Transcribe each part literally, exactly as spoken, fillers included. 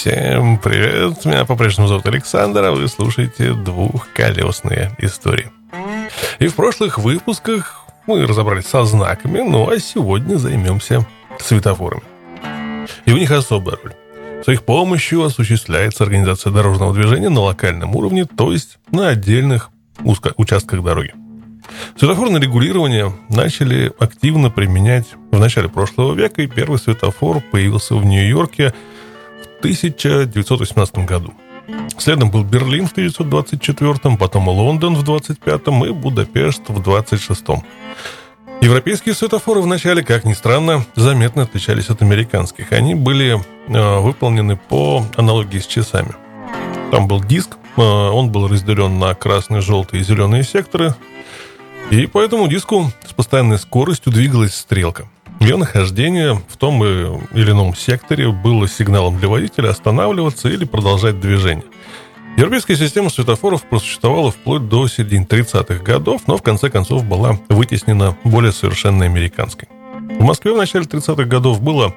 Всем привет, меня по-прежнему зовут Александр, а вы слушаете «Двухколесные истории». И в прошлых выпусках мы разобрались со знаками, ну а сегодня займемся светофорами. И у них особая роль. С их помощью осуществляется организация дорожного движения на локальном уровне, то есть на отдельных узко- участках дороги. Светофорное регулирование начали активно применять в начале прошлого века, и первый светофор появился в Нью-Йорке в тысяча девятьсот восемнадцатом году. Следом был Берлин в тысяча девятьсот двадцать четвёртом, потом Лондон в двадцать пятом и Будапешт в двадцать шестом. Европейские светофоры вначале, как ни странно, заметно отличались от американских. Они были э, выполнены по аналогии с часами. Там был диск, э, он был разделен на красные, желтые и зеленые секторы, и по этому диску с постоянной скоростью двигалась стрелка. Ее нахождение в том или ином секторе было сигналом для водителя останавливаться или продолжать движение. Европейская система светофоров просуществовала вплоть до середины тридцатых годов, но в конце концов была вытеснена более совершенной американской. В Москве в начале тридцатых годов было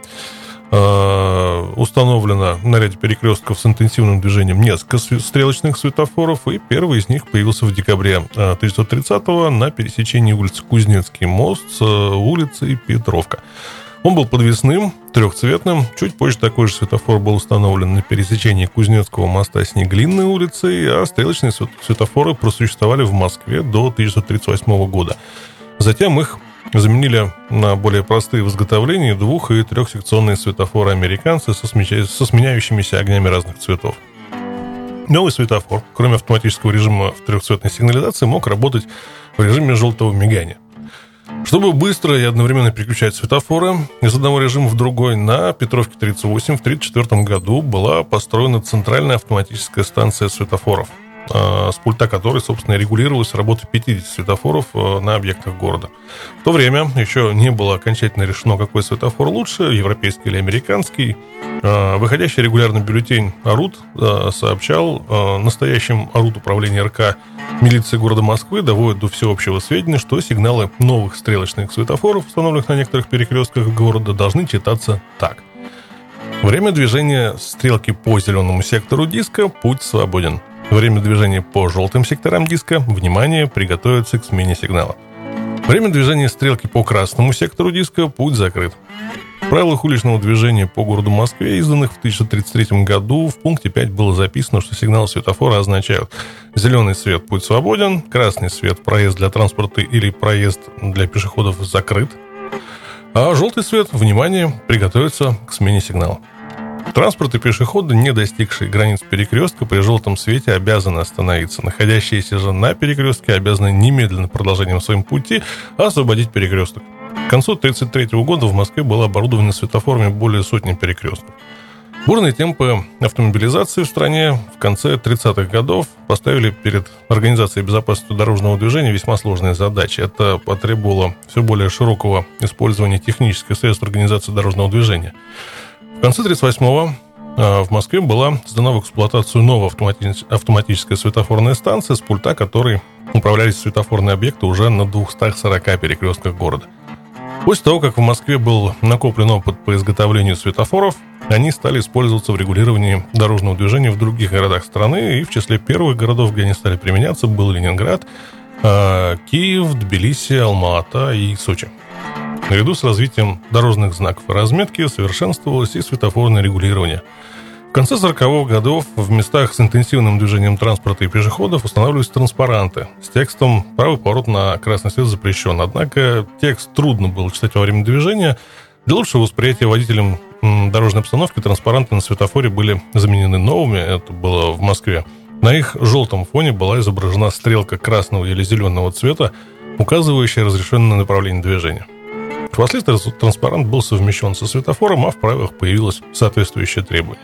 э, установлено на ряде перекрестков с интенсивным движением несколько стрелочных светофоров, и первый из них появился в декабре тысяча девятьсот тридцатого на пересечении улицы Кузнецкий мост с улицей Петровка. Он был подвесным, трехцветным. Чуть позже такой же светофор был установлен на пересечении Кузнецкого моста с Неглинной улицей, а стрелочные светофоры просуществовали в Москве до тысяча девятьсот тридцать восьмого года. Затем их заменили на более простые в изготовлении двух- и трехсекционные светофоры американцы со, смеща... со сменяющимися огнями разных цветов. Новый светофор, кроме автоматического режима в трехцветной сигнализации, мог работать в режиме желтого мигания. Чтобы быстро и одновременно переключать светофоры из одного режима в другой, на Петровке тридцать восемь в тысяча девятьсот тридцать четвёртом году была построена центральная автоматическая станция светофоров, с пульта которой, собственно, регулировалась работа пятидесяти светофоров на объектах города. В то время еще не было окончательно решено, какой светофор лучше, европейский или американский. Выходящий регулярно бюллетень АРУТ сообщал настоящим АРУТ управления РК милиции города Москвы доводит до всеобщего сведения, что сигналы новых стрелочных светофоров, установленных на некоторых перекрестках города, должны читаться так. Время движения стрелки по зеленому сектору диска, путь свободен. Время движения по желтым секторам диска, внимание, приготовиться к смене сигнала. Время движения стрелки по красному сектору диска, путь закрыт. В правилах уличного движения по городу Москве, изданных в тысяча девятьсот тридцать третьем году, в пункте пять было записано, что сигналы светофора означают: зеленый свет — путь свободен, красный свет — проезд для транспорта или проезд для пешеходов закрыт, а желтый свет — внимание, приготовиться к смене сигнала. Транспорт и пешеходы, не достигшие границ перекрестка, при желтом свете обязаны остановиться. Находящиеся же на перекрестке обязаны немедленно продолжением своим пути освободить перекресток. К концу тысяча девятьсот тридцать третьего года в Москве было оборудовано светофорами более сотни перекрестков. Бурные темпы автомобилизации в стране в конце тридцатых годов поставили перед Организацией безопасности дорожного движения весьма сложные задачи. Это потребовало все более широкого использования технических средств организации дорожного движения. В конце тридцать восьмого в Москве была сдана в эксплуатацию новая автоматическая светофорная станция, с пульта которой управлялись светофорные объекты уже на двухстах сорока перекрестках города. После того, как в Москве был накоплен опыт по изготовлению светофоров, они стали использоваться в регулировании дорожного движения в других городах страны, и в числе первых городов, где они стали применяться, был Ленинград, Киев, Тбилиси, Алма-Ата и Сочи. Наряду с развитием дорожных знаков и разметки совершенствовалось и светофорное регулирование. В конце сороковых годов в местах с интенсивным движением транспорта и пешеходов устанавливались транспаранты с текстом «Правый поворот на красный свет запрещен». Однако текст трудно было читать во время движения. Для лучшего восприятия водителям дорожной обстановки транспаранты на светофоре были заменены новыми. Это было в Москве. На их желтом фоне была изображена стрелка красного или зеленого цвета, указывающая разрешенное направление движения. Впоследствии транспарант был совмещен со светофором, а в правилах появилось соответствующее требование.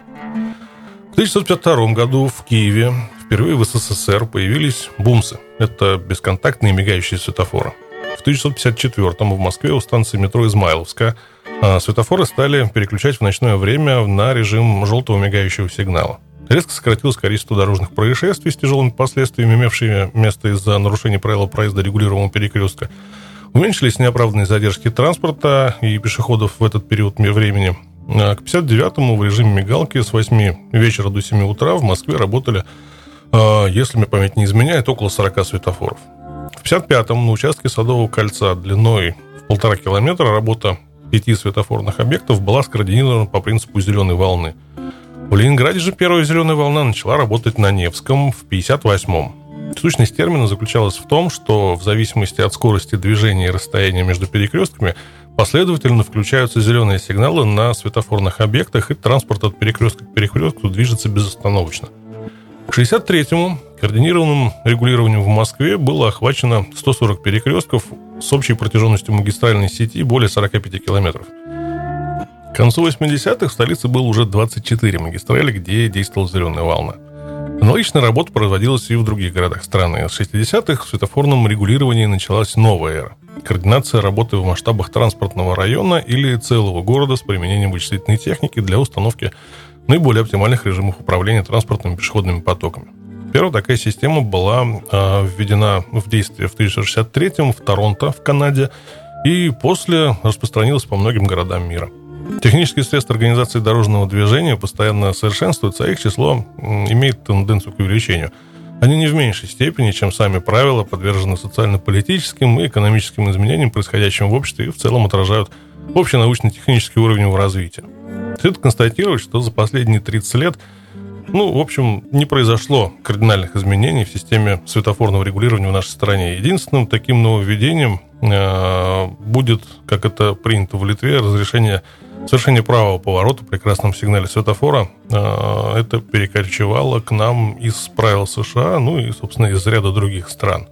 В тысяча девятьсот пятьдесят втором году в Киеве впервые в СССР появились бумсы. Это бесконтактные мигающие светофоры. В тысяча девятьсот пятьдесят четвёртом в Москве у станции метро Измайловская светофоры стали переключать в ночное время на режим желтого мигающего сигнала. Резко сократилось количество дорожных происшествий с тяжелыми последствиями, имевшими место из-за нарушения правил проезда регулируемого перекрестка. Уменьшились неоправданные задержки транспорта и пешеходов в этот период времени. К пятьдесят девятому в режиме мигалки с восьми вечера до семи утра в Москве работали, если мне память не изменяет, около сорока светофоров. В пятьдесят пятом на участке Садового кольца длиной в полтора километра работа пяти светофорных объектов была скоординирована по принципу зеленой волны. В Ленинграде же первая зеленая волна начала работать на Невском в пятьдесят восьмом. Сущность термина заключалась в том, что в зависимости от скорости движения и расстояния между перекрестками последовательно включаются зеленые сигналы на светофорных объектах, и транспорт от перекрестка к перекрестку движется безостановочно. К шестьдесят третьему координированным регулированием в Москве было охвачено сто сорок перекрестков с общей протяженностью магистральной сети более сорок пять километров. К концу восьмидесятых в столице было уже двадцать четыре магистрали, где действовала зеленая волна. Аналогичная работа производилась и в других городах страны. С шестидесятых в светофорном регулировании началась новая эра. Координация работы в масштабах транспортного района или целого города с применением вычислительной техники для установки наиболее оптимальных режимов управления транспортными пешеходными потоками. Первая такая система была э, введена в действие в тысяча девятьсот шестьдесят третьем в Торонто, в Канаде, и после распространилась по многим городам мира. Технические средства организации дорожного движения постоянно совершенствуются, а их число имеет тенденцию к увеличению. Они не в меньшей степени, чем сами правила, подвержены социально-политическим и экономическим изменениям, происходящим в обществе, и в целом отражают общий научно-технический уровень его развития. Следует констатировать, что за последние тридцать лет, ну, в общем, не произошло кардинальных изменений в системе светофорного регулирования в нашей стране. Единственным таким нововведением э, будет, как это принято в Литве, разрешение совершения правого поворота при красном сигнале светофора. Э, это перекочевало к нам из правил США, ну и, собственно, из ряда других стран.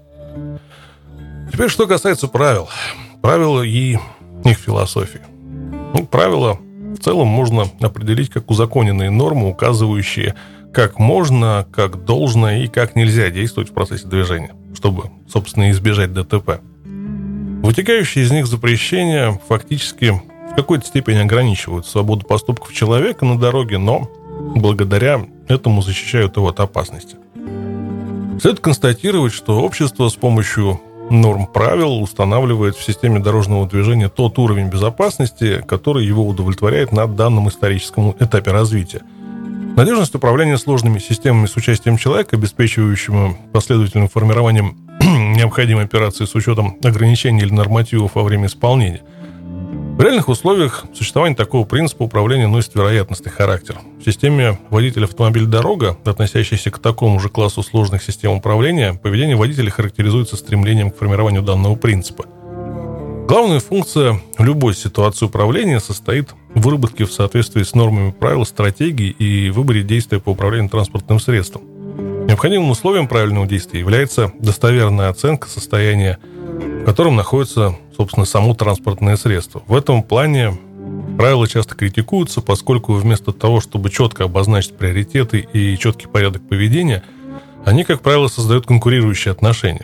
Теперь, что касается правил. Правила и их философии. Ну, правила в целом можно определить как узаконенные нормы, указывающие, как можно, как должно и как нельзя действовать в процессе движения, чтобы, собственно, избежать ДТП. Вытекающие из них запрещения фактически в какой-то степени ограничивают свободу поступков человека на дороге, но благодаря этому защищают его от опасности. Следует констатировать, что общество с помощью норм правил устанавливает в системе дорожного движения тот уровень безопасности, который его удовлетворяет на данном историческом этапе развития. Надежность управления сложными системами с участием человека, обеспечивающим последовательным формированием необходимой операции с учетом ограничений или нормативов во время исполнения. В реальных условиях существование такого принципа управления носит вероятностный характер. В системе водитель-автомобиль-дорога, относящейся к такому же классу сложных систем управления, поведение водителя характеризуется стремлением к формированию данного принципа. Главная функция любой ситуации управления состоит в выработке в соответствии с нормами правил, стратегии и выборе действия по управлению транспортным средством. Необходимым условием правильного действия является достоверная оценка состояния, в котором находится, собственно, само транспортное средство. В этом плане правила часто критикуются, поскольку вместо того, чтобы четко обозначить приоритеты и четкий порядок поведения, они, как правило, создают конкурирующие отношения.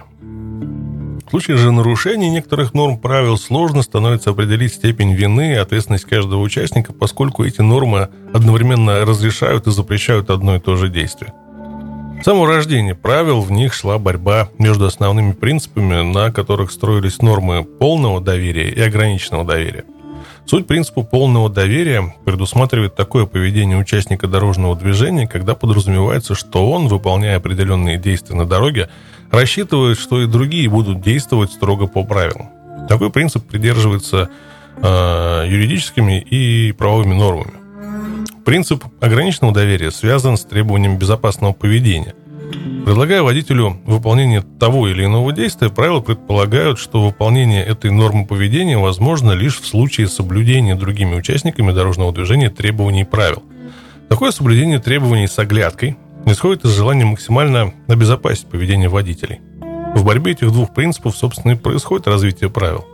В случае же нарушений некоторых норм правил сложно становится определить степень вины и ответственность каждого участника, поскольку эти нормы одновременно разрешают и запрещают одно и то же действие. С самого рождения правил в них шла борьба между основными принципами, на которых строились нормы полного доверия и ограниченного доверия. Суть принципа полного доверия предусматривает такое поведение участника дорожного движения, когда подразумевается, что он, выполняя определенные действия на дороге, рассчитывает, что и другие будут действовать строго по правилам. Такой принцип придерживается э, юридическими и правовыми нормами. Принцип ограниченного доверия связан с требованием безопасного поведения. Предлагая водителю выполнение того или иного действия, правила предполагают, что выполнение этой нормы поведения возможно лишь в случае соблюдения другими участниками дорожного движения требований правил. Такое соблюдение требований с оглядкой исходит из желания максимально обезопасить поведение водителей. В борьбе этих двух принципов, собственно, и происходит развитие правил.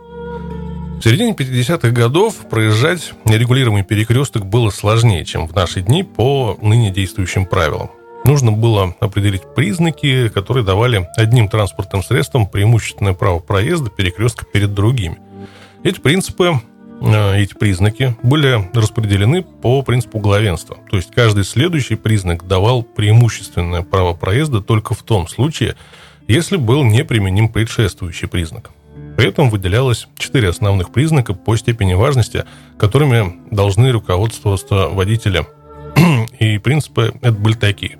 В середине пятидесятых годов проезжать нерегулируемый перекресток было сложнее, чем в наши дни по ныне действующим правилам. Нужно было определить признаки, которые давали одним транспортным средствам преимущественное право проезда перекрестка перед другими. Эти принципы, эти признаки были распределены по принципу главенства. То есть каждый следующий признак давал преимущественное право проезда только в том случае, если был неприменим предшествующий признак. При этом выделялось четыре основных признака по степени важности, которыми должны руководствоваться водители. И принципы это были такие.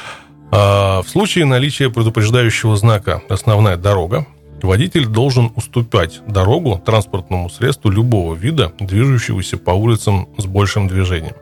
В случае наличия предупреждающего знака «Основная дорога», водитель должен уступать дорогу транспортному средству любого вида, движущегося по улицам с большим движением.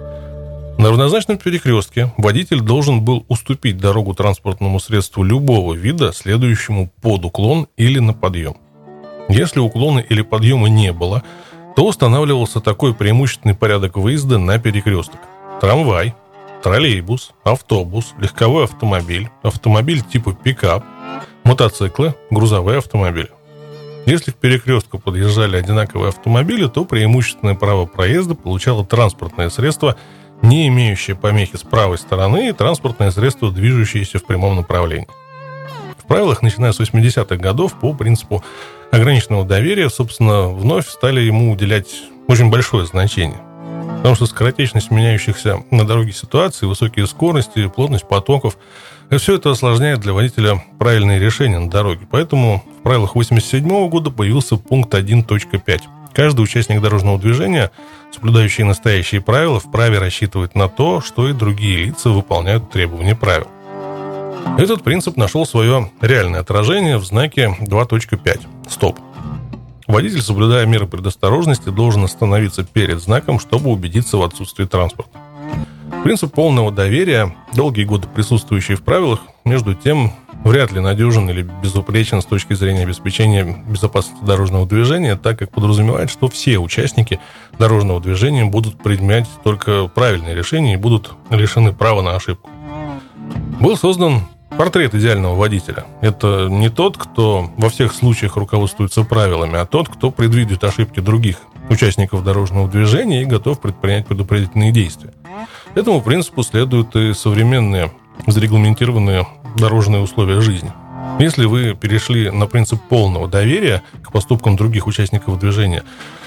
На равнозначном перекрестке водитель должен был уступить дорогу транспортному средству любого вида, следующему под уклон или на подъем. Если уклона или подъема не было, то устанавливался такой преимущественный порядок выезда на перекресток. Трамвай, троллейбус, автобус, легковой автомобиль, автомобиль типа пикап, мотоциклы, грузовые автомобили. Если к перекрестку подъезжали одинаковые автомобили, то преимущественное право проезда получало транспортное средство, не имеющее помехи с правой стороны, и транспортное средство, движущееся в прямом направлении. В правилах, начиная с восьмидесятых годов, по принципу ограниченного доверия, собственно, вновь стали ему уделять очень большое значение. Потому что скоротечность меняющихся на дороге ситуаций, высокие скорости, плотность потоков – все это осложняет для водителя правильные решения на дороге. Поэтому в правилах восемьдесят седьмого года появился пункт один точка пять. Каждый участник дорожного движения, соблюдающий настоящие правила, вправе рассчитывать на то, что и другие лица выполняют требования правил. Этот принцип нашел свое реальное отражение в знаке два точка пять «Стоп». Водитель, соблюдая меры предосторожности, должен остановиться перед знаком, чтобы убедиться в отсутствии транспорта. Принцип полного доверия, долгие годы присутствующий в правилах, между тем, вряд ли надежен или безупречен с точки зрения обеспечения безопасности дорожного движения, так как подразумевает, что все участники дорожного движения будут принимать только правильные решения и будут лишены права на ошибку. Был создан портрет идеального водителя. Это не тот, кто во всех случаях руководствуется правилами, а тот, кто предвидит ошибки других участников дорожного движения и готов предпринять предупредительные действия. Этому принципу следуют и современные зарегламентированные дорожные условия жизни. Если вы перешли на принцип полного доверия к поступкам других участников движения,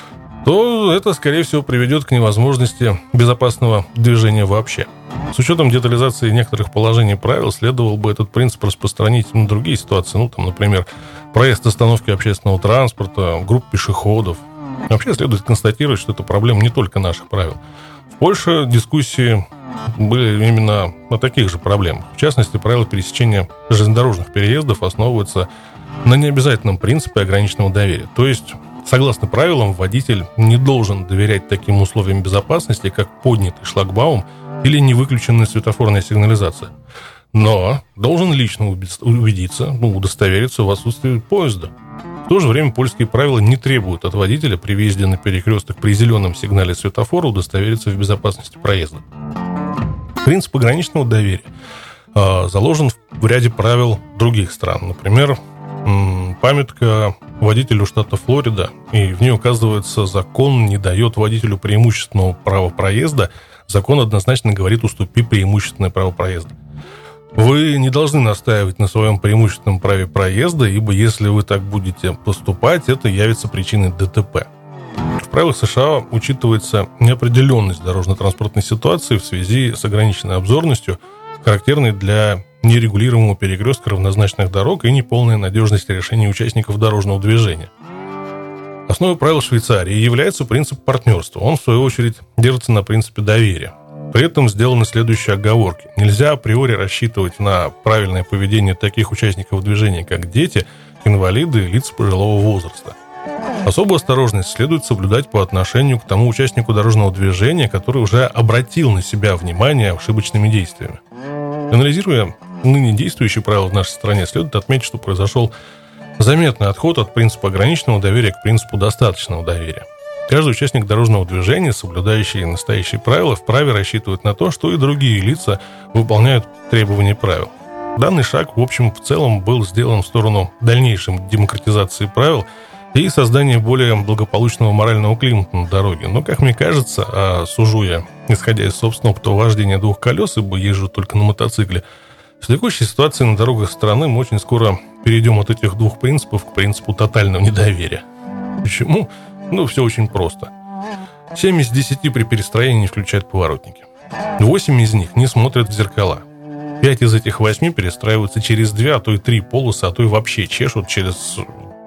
то это, скорее всего, приведет к невозможности безопасного движения вообще. С учетом детализации некоторых положений правил, следовало бы этот принцип распространить на другие ситуации. Ну, там, например, проезд остановки общественного транспорта, групп пешеходов. Вообще следует констатировать, что это проблема не только наших правил. В Польше дискуссии были именно о таких же проблемах. В частности, правила пересечения железнодорожных переездов основываются на необязательном принципе ограниченного доверия. То есть, согласно правилам, водитель не должен доверять таким условиям безопасности, как поднятый шлагбаум или невыключенная светофорная сигнализация. Но должен лично убедиться, ну, удостовериться в отсутствии поезда. В то же время польские правила не требуют от водителя при въезде на перекресток при зеленом сигнале светофора удостовериться в безопасности проезда. Принцип ограниченного доверия э, заложен в ряде правил других стран. Например, м- памятка водителю штата Флорида, и в ней указывается: закон не дает водителю преимущественного права проезда, закон однозначно говорит: уступи преимущественное право проезда. Вы не должны настаивать на своем преимущественном праве проезда, ибо если вы так будете поступать, это явится причиной ДТП. В правилах США учитывается неопределенность дорожно-транспортной ситуации в связи с ограниченной обзорностью, характерной для нерегулируемого перекрестка равнозначных дорог и неполная надежность решений участников дорожного движения. Основой правил Швейцарии является принцип партнерства. Он, в свою очередь, держится на принципе доверия. При этом сделаны следующие оговорки. Нельзя априори рассчитывать на правильное поведение таких участников движения, как дети, инвалиды и лица пожилого возраста. Особую осторожность следует соблюдать по отношению к тому участнику дорожного движения, который уже обратил на себя внимание ошибочными действиями. Анализируя ныне действующие правила в нашей стране, следует отметить, что произошел заметный отход от принципа ограниченного доверия к принципу достаточного доверия. Каждый участник дорожного движения, соблюдающий настоящие правила, вправе рассчитывать на то, что и другие лица выполняют требования правил. Данный шаг, в общем, в целом был сделан в сторону дальнейшей демократизации правил и создания более благополучного морального климата на дороге. Но, как мне кажется, а сужу я, исходя из собственного опыта вождения двух колес, ибо езжу только на мотоцикле, в текущей ситуации на дорогах страны мы очень скоро перейдем от этих двух принципов к принципу тотального недоверия. Почему? Ну, все очень просто. семь из десяти при перестроении не включают поворотники. восемь из них не смотрят в зеркала. пять из этих восьми перестраиваются через две, а то и три полосы, а то и вообще чешут через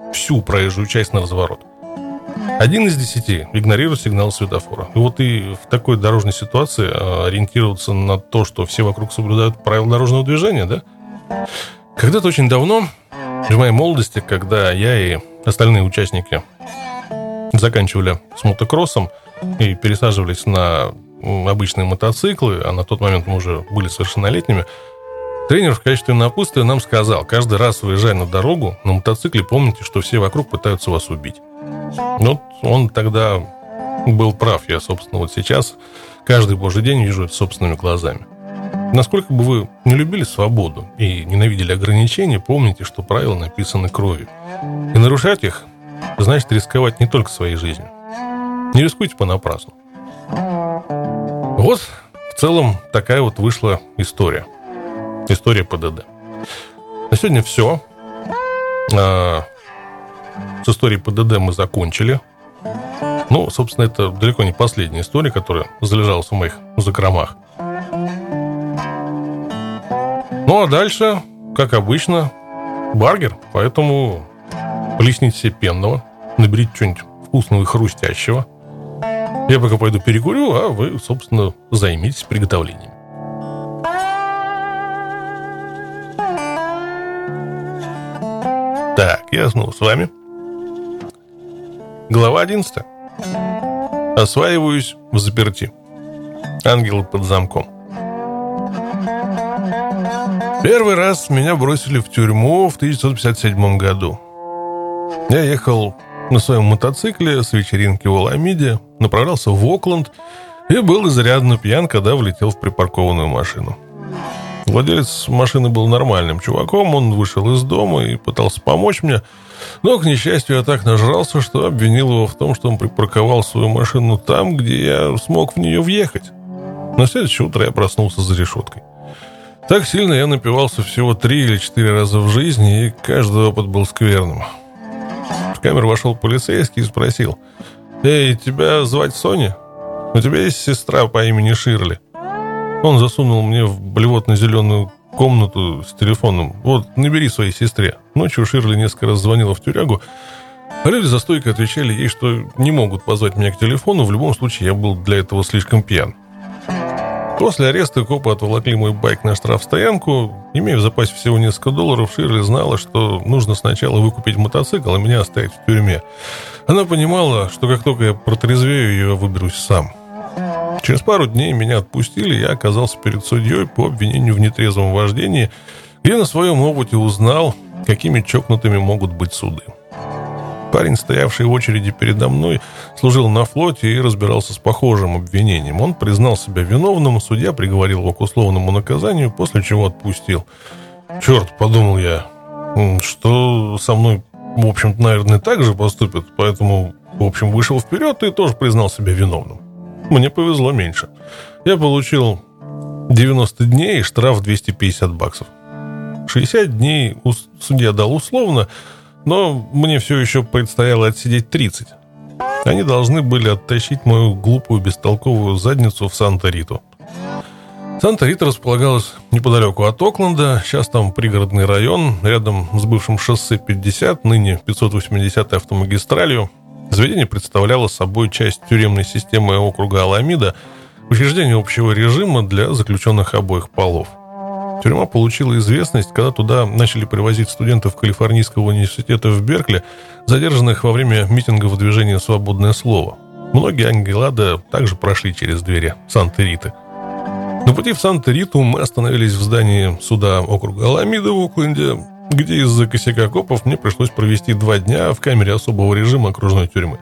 всю проезжую часть на разворот. Один из десяти игнорирует сигнал светофора. И вот и в такой дорожной ситуации ориентироваться на то, что все вокруг соблюдают правила дорожного движения, да? Когда-то очень давно, в моей молодости, когда я и остальные участники заканчивали с мотокроссом и пересаживались на обычные мотоциклы, а на тот момент мы уже были совершеннолетними, тренер в качестве напутствия нам сказал: каждый раз, выезжая на дорогу на мотоцикле, помните, что все вокруг пытаются вас убить. Вот он тогда был прав. Я, собственно, вот сейчас каждый божий день вижу это собственными глазами. Насколько бы вы не любили свободу и ненавидели ограничения, помните, что правила написаны кровью. И нарушать их значит рисковать не только своей жизнью. Не рискуйте понапрасну. Вот в целом такая вот вышла история. История ПДД. На сегодня все. А, с историей ПДД мы закончили. Ну, собственно, это далеко не последняя история, которая залежалась в моих закромах. Ну, а дальше, как обычно, баргер. Поэтому плесните себе пенного, наберите что-нибудь вкусного и хрустящего. Я пока пойду перекурю, а вы, собственно, займитесь приготовлением. Так, я снова с вами. Глава одиннадцатая. Осваиваюсь в заперти. Ангелы под замком. Первый раз меня бросили в тюрьму в тысяча девятьсот пятьдесят седьмом году. Я ехал на своем мотоцикле с вечеринки в Аламеде, направлялся в Окленд и был изрядно пьян, когда влетел в припаркованную машину. Владелец машины был нормальным чуваком, он вышел из дома и пытался помочь мне, но, к несчастью, я так нажрался, что обвинил его в том, что он припарковал свою машину там, где я смог в нее въехать. На следующее утро я проснулся за решеткой. Так сильно я напивался всего три или четыре раза в жизни, и каждый опыт был скверным. В камеру вошел полицейский и спросил: «Эй, тебя звать Соня? У тебя есть сестра по имени Ширли?» Он засунул мне в блевотно-зеленую комнату с телефоном. «Вот, набери своей сестре». Ночью Ширли несколько раз звонила в тюрягу, а люди за стойкой отвечали ей, что не могут позвать меня к телефону, в любом случае я был для этого слишком пьян. После ареста копы отволокли мой байк на штрафстоянку. Имея в запасе всего несколько долларов, Ширли знала, что нужно сначала выкупить мотоцикл, а меня оставить в тюрьме. Она понимала, что как только я протрезвею, я выберусь сам. Через пару дней меня отпустили, я оказался перед судьей по обвинению в нетрезвом вождении, где на своем опыте узнал, какими чокнутыми могут быть суды. Парень, стоявший в очереди передо мной, служил на флоте и разбирался с похожим обвинением. Он признал себя виновным, судья приговорил его к условному наказанию, после чего отпустил. «Черт», — подумал я, — «что со мной, в общем-то, наверное, так же поступят, поэтому, в общем, вышел вперед и тоже признал себя виновным». Мне повезло меньше. Я получил девяносто дней и штраф двести пятьдесят баксов. шестьдесят дней судья дал условно, но мне все еще предстояло отсидеть тридцать. Они должны были оттащить мою глупую, бестолковую задницу в Санта-Риту. Санта-Рита располагалась неподалеку от Окленда. Сейчас там пригородный район, рядом с бывшим шоссе пятьдесят, ныне пятьсот восьмидесятой автомагистралью. Заведение представляло собой часть тюремной системы округа Аламеда, учреждение общего режима для заключенных обоих полов. Тюрьма получила известность, когда туда начали привозить студентов Калифорнийского университета в Беркли, задержанных во время митингов движения «Свободное слово». Многие ангелады также прошли через двери Санта-Риты. На пути в Санта-Риту мы остановились в здании суда округа Аламеда в Окленде, где из-за косяка копов мне пришлось провести два дня в камере особого режима окружной тюрьмы.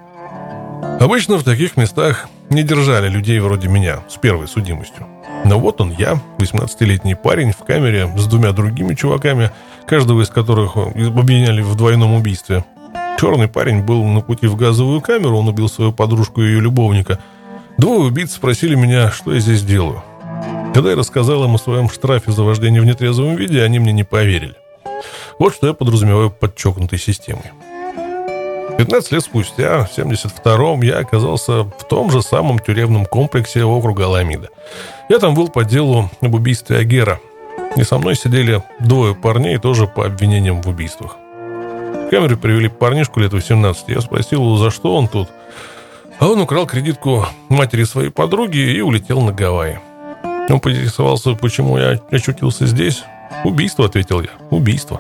Обычно в таких местах не держали людей вроде меня с первой судимостью. Но вот он я, восемнадцатилетний парень, в камере с двумя другими чуваками, каждого из которых обвиняли в двойном убийстве. Черный парень был на пути в газовую камеру, он убил свою подружку и ее любовника. Двое убийц спросили меня, что я здесь делаю. Когда я рассказал им о своем штрафе за вождение в нетрезвом виде, они мне не поверили. Вот что я подразумеваю под чокнутой системой. пятнадцать лет спустя, в семьдесят втором, я оказался в том же самом тюремном комплексе округа Аламеда. Я там был по делу об убийстве Агера. И со мной сидели двое парней, тоже по обвинениям в убийствах. камеру привели парнишку лет восемнадцати. Я спросил его, за что он тут. А он украл кредитку матери своей подруги и улетел на Гавайи. Он поинтересовался, почему я очутился здесь. «Убийство», — ответил я. «Убийство».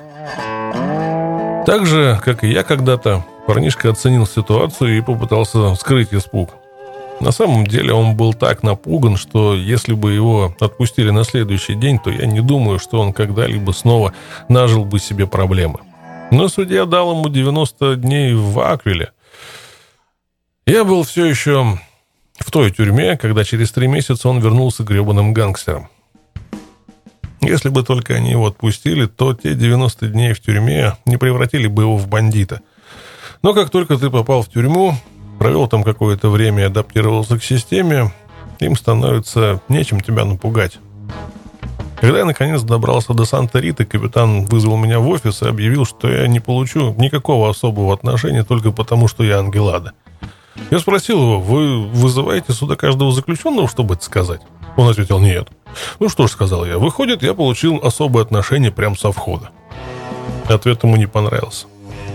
Так же, как и я когда-то, парнишка оценил ситуацию и попытался скрыть испуг. На самом деле он был так напуган, что если бы его отпустили на следующий день, то я не думаю, что он когда-либо снова нажил бы себе проблемы. Но судья дал ему девяносто дней в Аквиле. Я был все еще в той тюрьме, когда через три месяца он вернулся гребаным гангстером. Если бы только они его отпустили, то те девяносто дней в тюрьме не превратили бы его в бандита. Но как только ты попал в тюрьму, провел там какое-то время и адаптировался к системе, им становится нечем тебя напугать. Когда я наконец добрался до Санта-Риты, капитан вызвал меня в офис и объявил, что я не получу никакого особого отношения только потому, что я Ангелада. Я спросил его: вы вызываете сюда каждого заключенного, чтобы это сказать? Он ответил: нет. Ну что ж, сказал я, выходит, я получил особое отношение прямо со входа. Ответ ему не понравился.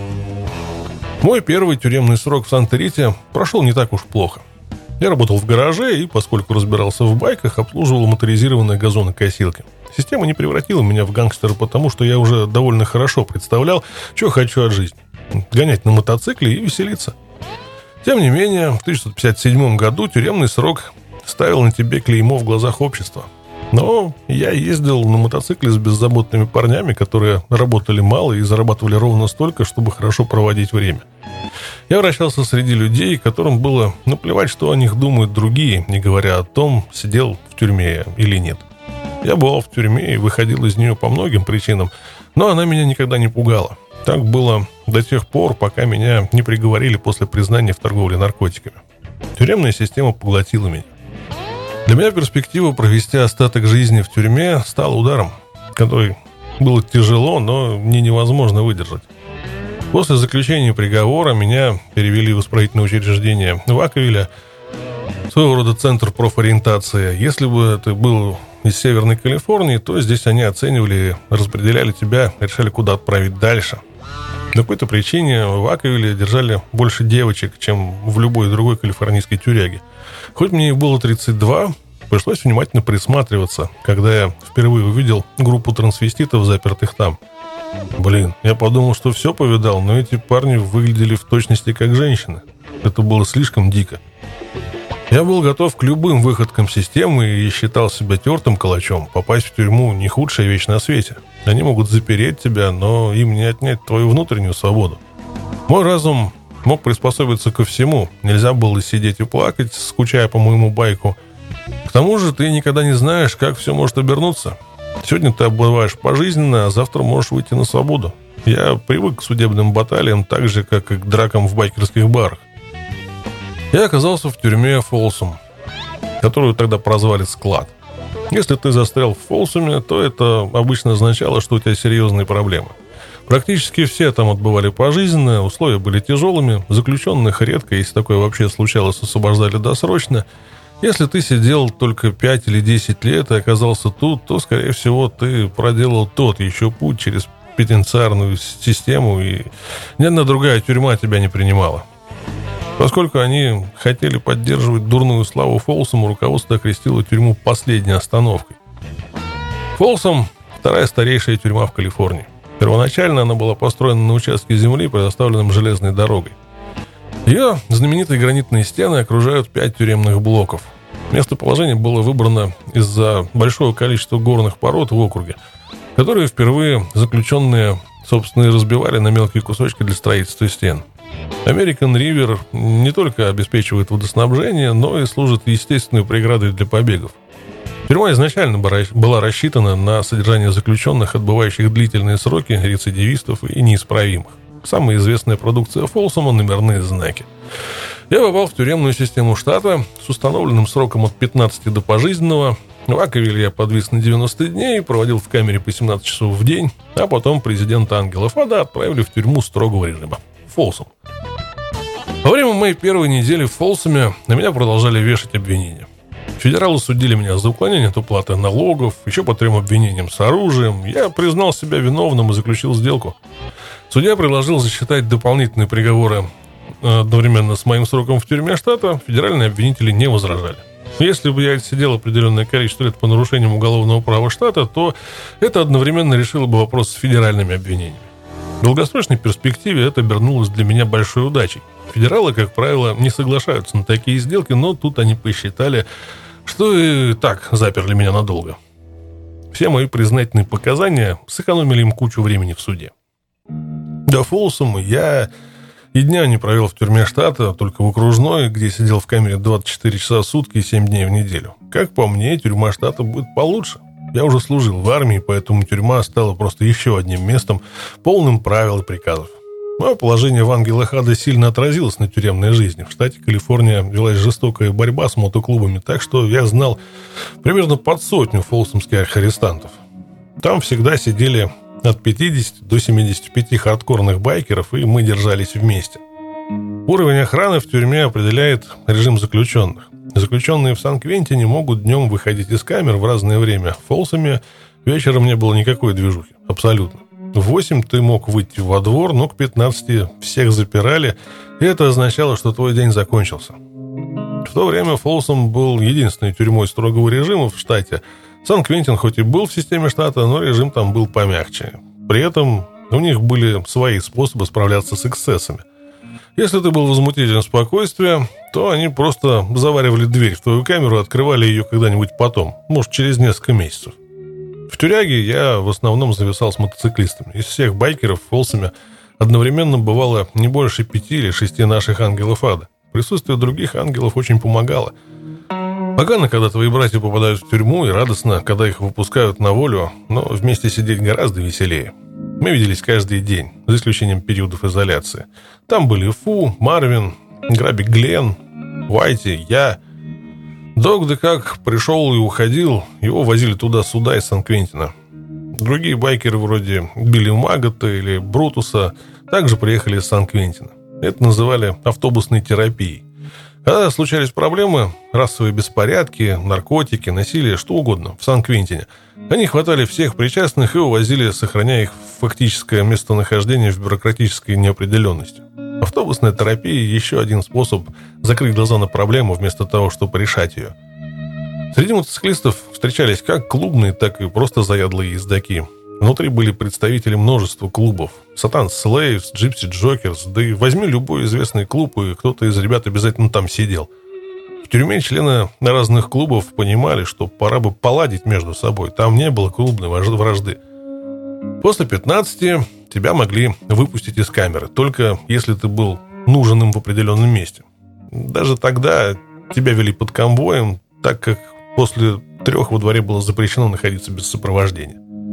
Мой первый тюремный срок в Санта-Рите прошел не так уж плохо. Я работал в гараже и, поскольку разбирался в байках, обслуживал моторизированные газонокосилки. Система не превратила меня в гангстера, потому что я уже довольно хорошо представлял, что хочу от жизни. Гонять на мотоцикле и веселиться. Тем не менее, в тысяча девятьсот пятьдесят седьмом году тюремный срок ставил на тебе клеймо в глазах общества. Но я ездил на мотоцикле с беззаботными парнями, которые работали мало и зарабатывали ровно столько, чтобы хорошо проводить время. Я вращался среди людей, которым было наплевать, что о них думают другие, не говоря о том, сидел в тюрьме или нет. Я бывал в тюрьме и выходил из нее по многим причинам, но она меня никогда не пугала. Так было до тех пор, пока меня не приговорили после признания в торговле наркотиками. Тюремная система поглотила меня. Для меня перспектива провести остаток жизни в тюрьме стала ударом, который было тяжело, но не невозможно выдержать. После заключения приговора меня перевели в исправительное учреждение в Аквиле, своего рода центр профориентации. Если бы ты был из Северной Калифорнии, то здесь они оценивали, распределяли тебя, решали, куда отправить дальше. По какой-то причине в Аквиле держали больше девочек, чем в любой другой калифорнийской тюряге. Хоть мне и было тридцать два, пришлось внимательно присматриваться, когда я впервые увидел группу трансвеститов, запертых там. Блин, я подумал, что все повидал, но эти парни выглядели в точности как женщины. Это было слишком дико. Я был готов к любым выходкам системы и считал себя тертым калачом. Попасть в тюрьму – не худшая вещь на свете. Они могут запереть тебя, но им не отнять твою внутреннюю свободу. Мой разум мог приспособиться ко всему. Нельзя было сидеть и плакать, скучая по моему байку. К тому же ты никогда не знаешь, как все может обернуться. Сегодня ты отбываешь пожизненно, а завтра можешь выйти на свободу. Я привык к судебным баталиям так же, как и к дракам в байкерских барах. Я оказался в тюрьме Фолсом, которую тогда прозвали «Склад». Если ты застрял в Фолсуме, то это обычно означало, что у тебя серьезные проблемы. Практически все там отбывали пожизненно, условия были тяжелыми, заключенных редко, если такое вообще случалось, освобождали досрочно. Если ты сидел только пять или десять лет и оказался тут, то, скорее всего, ты проделал тот еще путь через пенитенциарную систему, и ни одна другая тюрьма тебя не принимала. Поскольку они хотели поддерживать дурную славу Фолсому, руководство окрестило тюрьму последней остановкой. Фолсом – вторая старейшая тюрьма в Калифорнии. Первоначально она была построена на участке земли, предоставленном железной дорогой. Ее знаменитые гранитные стены окружают пять тюремных блоков. Местоположение было выбрано из-за большого количества горных пород в округе, которые впервые заключенные, собственно, и разбивали на мелкие кусочки для строительства стен. American River не только обеспечивает водоснабжение, но и служит естественной преградой для побегов. Тюрьма изначально была рассчитана на содержание заключенных, отбывающих длительные сроки, рецидивистов и неисправимых. Самая известная продукция Фолсома – номерные знаки. Я попал в тюремную систему штата с установленным сроком от пятнадцати до пожизненного. В Аквиле я подвис на девяносто дней, проводил в камере по семнадцать часов в день, а потом президента Ангелов Ада отправили в тюрьму строгого режима – Фолсом. Во время моей первой недели в Фолсоме на меня продолжали вешать обвинения. Федералы судили меня за уклонение от уплаты налогов, еще по трем обвинениям с оружием. Я признал себя виновным и заключил сделку. Судья предложил засчитать дополнительные приговоры одновременно с моим сроком в тюрьме штата. Федеральные обвинители не возражали. Если бы я отсидел определенное количество лет по нарушениям уголовного права штата, то это одновременно решило бы вопрос с федеральными обвинениями. В долгосрочной перспективе это обернулось для меня большой удачей. Федералы, как правило, не соглашаются на такие сделки, но тут они посчитали, что и так заперли меня надолго. Все мои признательные показания сэкономили им кучу времени в суде. До Фолсома я и дня не провел в тюрьме штата, только в окружной, где сидел в камере двадцать четыре часа в сутки и семь дней в неделю. Как по мне, тюрьма штата будет получше. Я уже служил в армии, поэтому тюрьма стала просто еще одним местом, полным правил и приказов. Мое положение в Ангелах Ада сильно отразилось на тюремной жизни. В штате Калифорния велась жестокая борьба с мотоклубами, так что я знал примерно под сотню фолсомских арестантов. Там всегда сидели от пятидесяти до семидесяти пяти хардкорных байкеров, и мы держались вместе. Уровень охраны в тюрьме определяет режим заключенных. Заключенные в Сан-Квентине могут днем выходить из камер в разное время. В Фолсоме вечером не было никакой движухи. Абсолютно. В восемь ты мог выйти во двор, но к пятнадцати всех запирали, и это означало, что твой день закончился. В то время Фолсом был единственной тюрьмой строгого режима в штате. Сан-Квентин хоть и был в системе штата, но режим там был помягче. При этом у них были свои способы справляться с эксцессами. Если ты был возмутителем спокойствия, то они просто заваривали дверь в твою камеру и открывали ее когда-нибудь потом, может, через несколько месяцев. В тюряге я в основном зависал с мотоциклистами. Из всех байкеров в Фолсоме одновременно бывало не больше пяти или шести наших ангелов ада. Присутствие других ангелов очень помогало. Погано, когда твои братья попадают в тюрьму, и радостно, когда их выпускают на волю, но вместе сидеть гораздо веселее. Мы виделись каждый день, за исключением периодов изоляции. Там были Фу, Марвин, Грабик Глен, Уайти, я. Дог, да как пришел и уходил, его возили туда-сюда из Сан-Квентина. Другие байкеры вроде Билли Магота или Брутуса также приехали из Сан-Квентина. Это называли автобусной терапией. Когда случались проблемы, расовые беспорядки, наркотики, насилие, что угодно в Сан-Квентине, они хватали всех причастных и увозили, сохраняя их фактическое местонахождение в бюрократической неопределенности. Автобусная терапия – еще один способ закрыть глаза на проблему вместо того, чтобы решать ее. Среди мотоциклистов встречались как клубные, так и просто заядлые ездаки. Внутри были представители множества клубов. Сатан Слейвс, Джипси Джокерс, да и возьми любой известный клуб, и кто-то из ребят обязательно там сидел. В тюрьме члены разных клубов понимали, что пора бы поладить между собой. Там не было клубной вражды. После пятнадцати тебя могли выпустить из камеры, только если ты был нужен им в определенном месте. Даже тогда тебя вели под конвоем, так как после трех во дворе было запрещено находиться без сопровождения.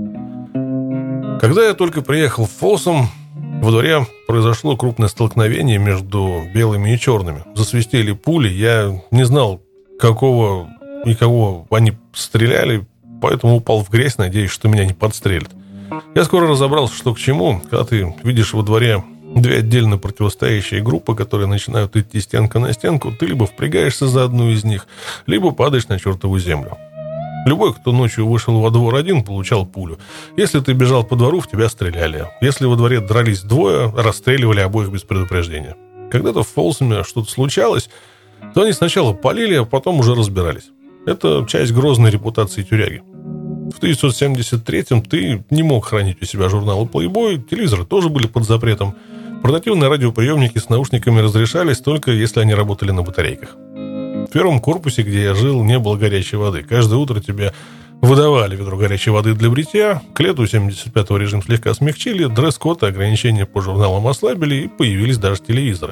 Когда я только приехал в Фолсом, во дворе произошло крупное столкновение между белыми и черными. Засвистели пули, я не знал, какого и кого они стреляли, поэтому упал в грязь, надеясь, что меня не подстрелят. Я скоро разобрался, что к чему. Когда ты видишь во дворе две отдельно противостоящие группы, которые начинают идти стенка на стенку, ты либо впрягаешься за одну из них, либо падаешь на чертову землю. Любой, кто ночью вышел во двор один, получал пулю. Если ты бежал по двору, в тебя стреляли. Если во дворе дрались двое, расстреливали обоих без предупреждения. Когда-то в Фолсоме что-то случалось, то они сначала палили, а потом уже разбирались. Это часть грозной репутации тюряги. В тысяча девятьсот семьдесят третьем ты не мог хранить у себя журналы Playboy, телевизоры тоже были под запретом. Портативные радиоприемники с наушниками разрешались только если они работали на батарейках. В первом корпусе, где я жил, не было горячей воды. Каждое утро тебе выдавали ведро горячей воды для бритья. К лету семьдесят пятого режим слегка смягчили, дресс-код и ограничения по журналам ослабили, и появились даже телевизоры.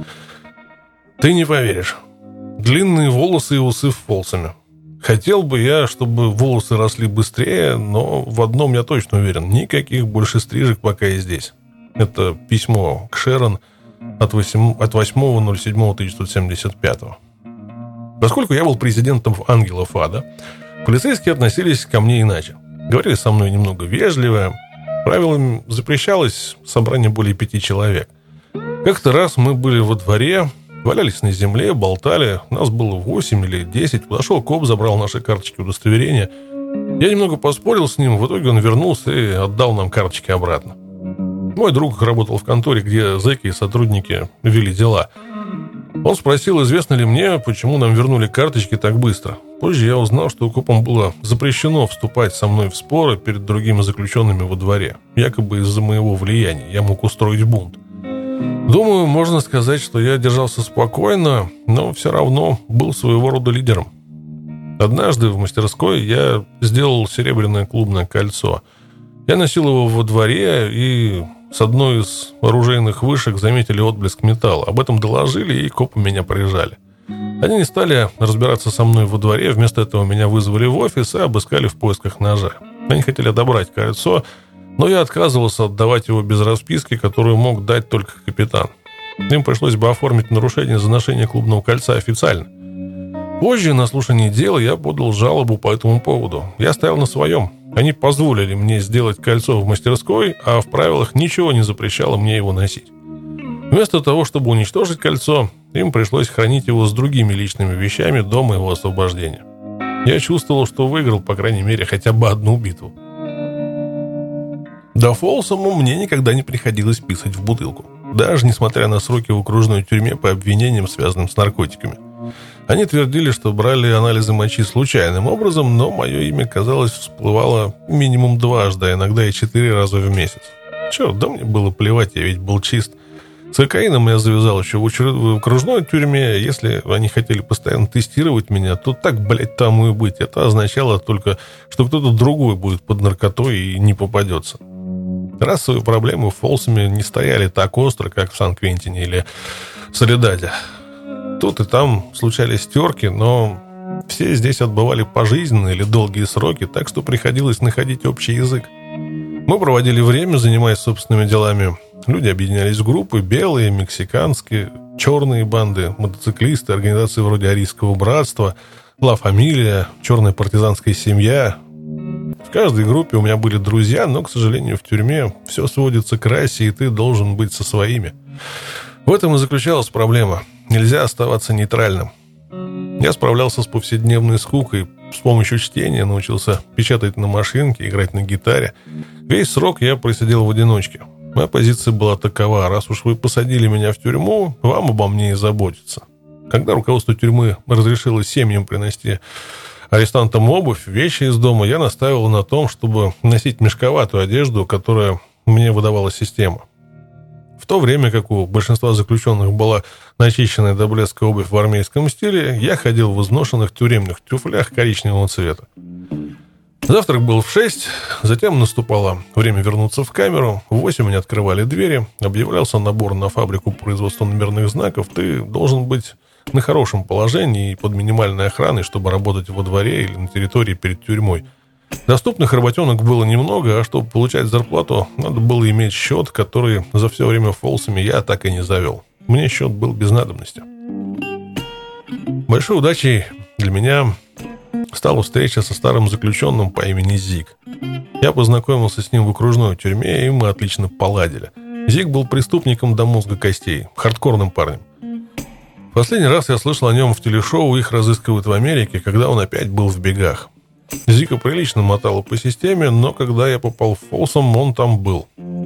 Ты не поверишь. Длинные волосы и усы в Фолсоме. Хотел бы я, чтобы волосы росли быстрее, но в одном я точно уверен. Никаких больше стрижек, пока я здесь. Это письмо к Шерон от восьмого ноль седьмого тысяча девятьсот семьдесят пятого. Поскольку я был президентом Ангелов Ада, полицейские относились ко мне иначе. Говорили со мной немного вежливо. Правилами запрещалось собрание более пяти человек. Как-то раз мы были во дворе, валялись на земле, болтали. Нас было восемь или десять. Подошел коп, забрал наши карточки удостоверения. Я немного поспорил с ним. В итоге он вернулся и отдал нам карточки обратно. Мой друг работал в конторе, где зэки и сотрудники вели дела. Он спросил, известно ли мне, почему нам вернули карточки так быстро. Позже я узнал, что копам было запрещено вступать со мной в споры перед другими заключенными во дворе. Якобы из-за моего влияния я мог устроить бунт. Думаю, можно сказать, что я держался спокойно, но все равно был своего рода лидером. Однажды в мастерской я сделал серебряное клубное кольцо. Я носил его во дворе, и с одной из оружейных вышек заметили отблеск металла. Об этом доложили, и копы меня прижали. Они не стали разбираться со мной во дворе, вместо этого меня вызвали в офис и обыскали в поисках ножа. Они хотели отобрать кольцо, но я отказывался отдавать его без расписки, которую мог дать только капитан. Им пришлось бы оформить нарушение за ношение клубного кольца официально. Позже, на слушании дела, я подал жалобу по этому поводу. Я стоял на своем. Они позволили мне сделать кольцо в мастерской, а в правилах ничего не запрещало мне его носить. Вместо того, чтобы уничтожить кольцо, им пришлось хранить его с другими личными вещами до моего освобождения. Я чувствовал, что выиграл, по крайней мере, хотя бы одну битву. До Фолсома мне никогда не приходилось писать в бутылку. Даже несмотря на сроки в окружной тюрьме по обвинениям, связанным с наркотиками. Они твердили, что брали анализы мочи случайным образом, но мое имя, казалось, всплывало минимум дважды, а иногда и четыре раза в месяц. Черт, да мне было плевать, я ведь был чист. С кокаином я завязал еще в окружной тюрьме. Если они хотели постоянно тестировать меня, то так, блядь, тому и быть. Это означало только, что кто-то другой будет под наркотой и не попадется. Расовые проблемы в Фолсоме не стояли так остро, как в Сан-Квентине или Соледаде. Тут и там случались терки, но все здесь отбывали пожизненные или долгие сроки, так что приходилось находить общий язык. Мы проводили время, занимаясь собственными делами. Люди объединялись в группы: белые, мексиканские, черные банды, мотоциклисты, организации вроде Арийского братства, Ла Фамилия, черная партизанская семья. В каждой группе у меня были друзья, но, к сожалению, в тюрьме все сводится к расе, и ты должен быть со своими. В этом и заключалась проблема. Нельзя оставаться нейтральным. Я справлялся с повседневной скукой. С помощью чтения научился печатать на машинке, играть на гитаре. Весь срок я просидел в одиночке. Моя позиция была такова: раз уж вы посадили меня в тюрьму, вам обо мне и заботиться. Когда руководство тюрьмы разрешило семьям принести арестантам обувь, вещи из дома, я настаивал на том, чтобы носить мешковатую одежду, которую мне выдавала система. В то время как у большинства заключенных была начищенная до блеска обувь в армейском стиле, я ходил в изношенных тюремных тюфлях коричневого цвета. Завтрак был в шесть, затем наступало время вернуться в камеру. В восемь мне открывали двери, объявлялся набор на фабрику производства номерных знаков. Ты должен быть на хорошем положении и под минимальной охраной, чтобы работать во дворе или на территории перед тюрьмой. Доступных работенок было немного, а чтобы получать зарплату, надо было иметь счет, который за все время в Фолсоме я так и не завел. Мне счет был без надобности. Большой удачей для меня стала встреча со старым заключенным по имени Зик. Я познакомился с ним в окружной тюрьме, и мы отлично поладили. Зик был преступником до мозга костей, хардкорным парнем. Последний раз я слышал о нем в телешоу «Их разыскивают в Америке», когда он опять был в бегах. Зика прилично мотало по системе, но когда я попал в Фолсом, он там был.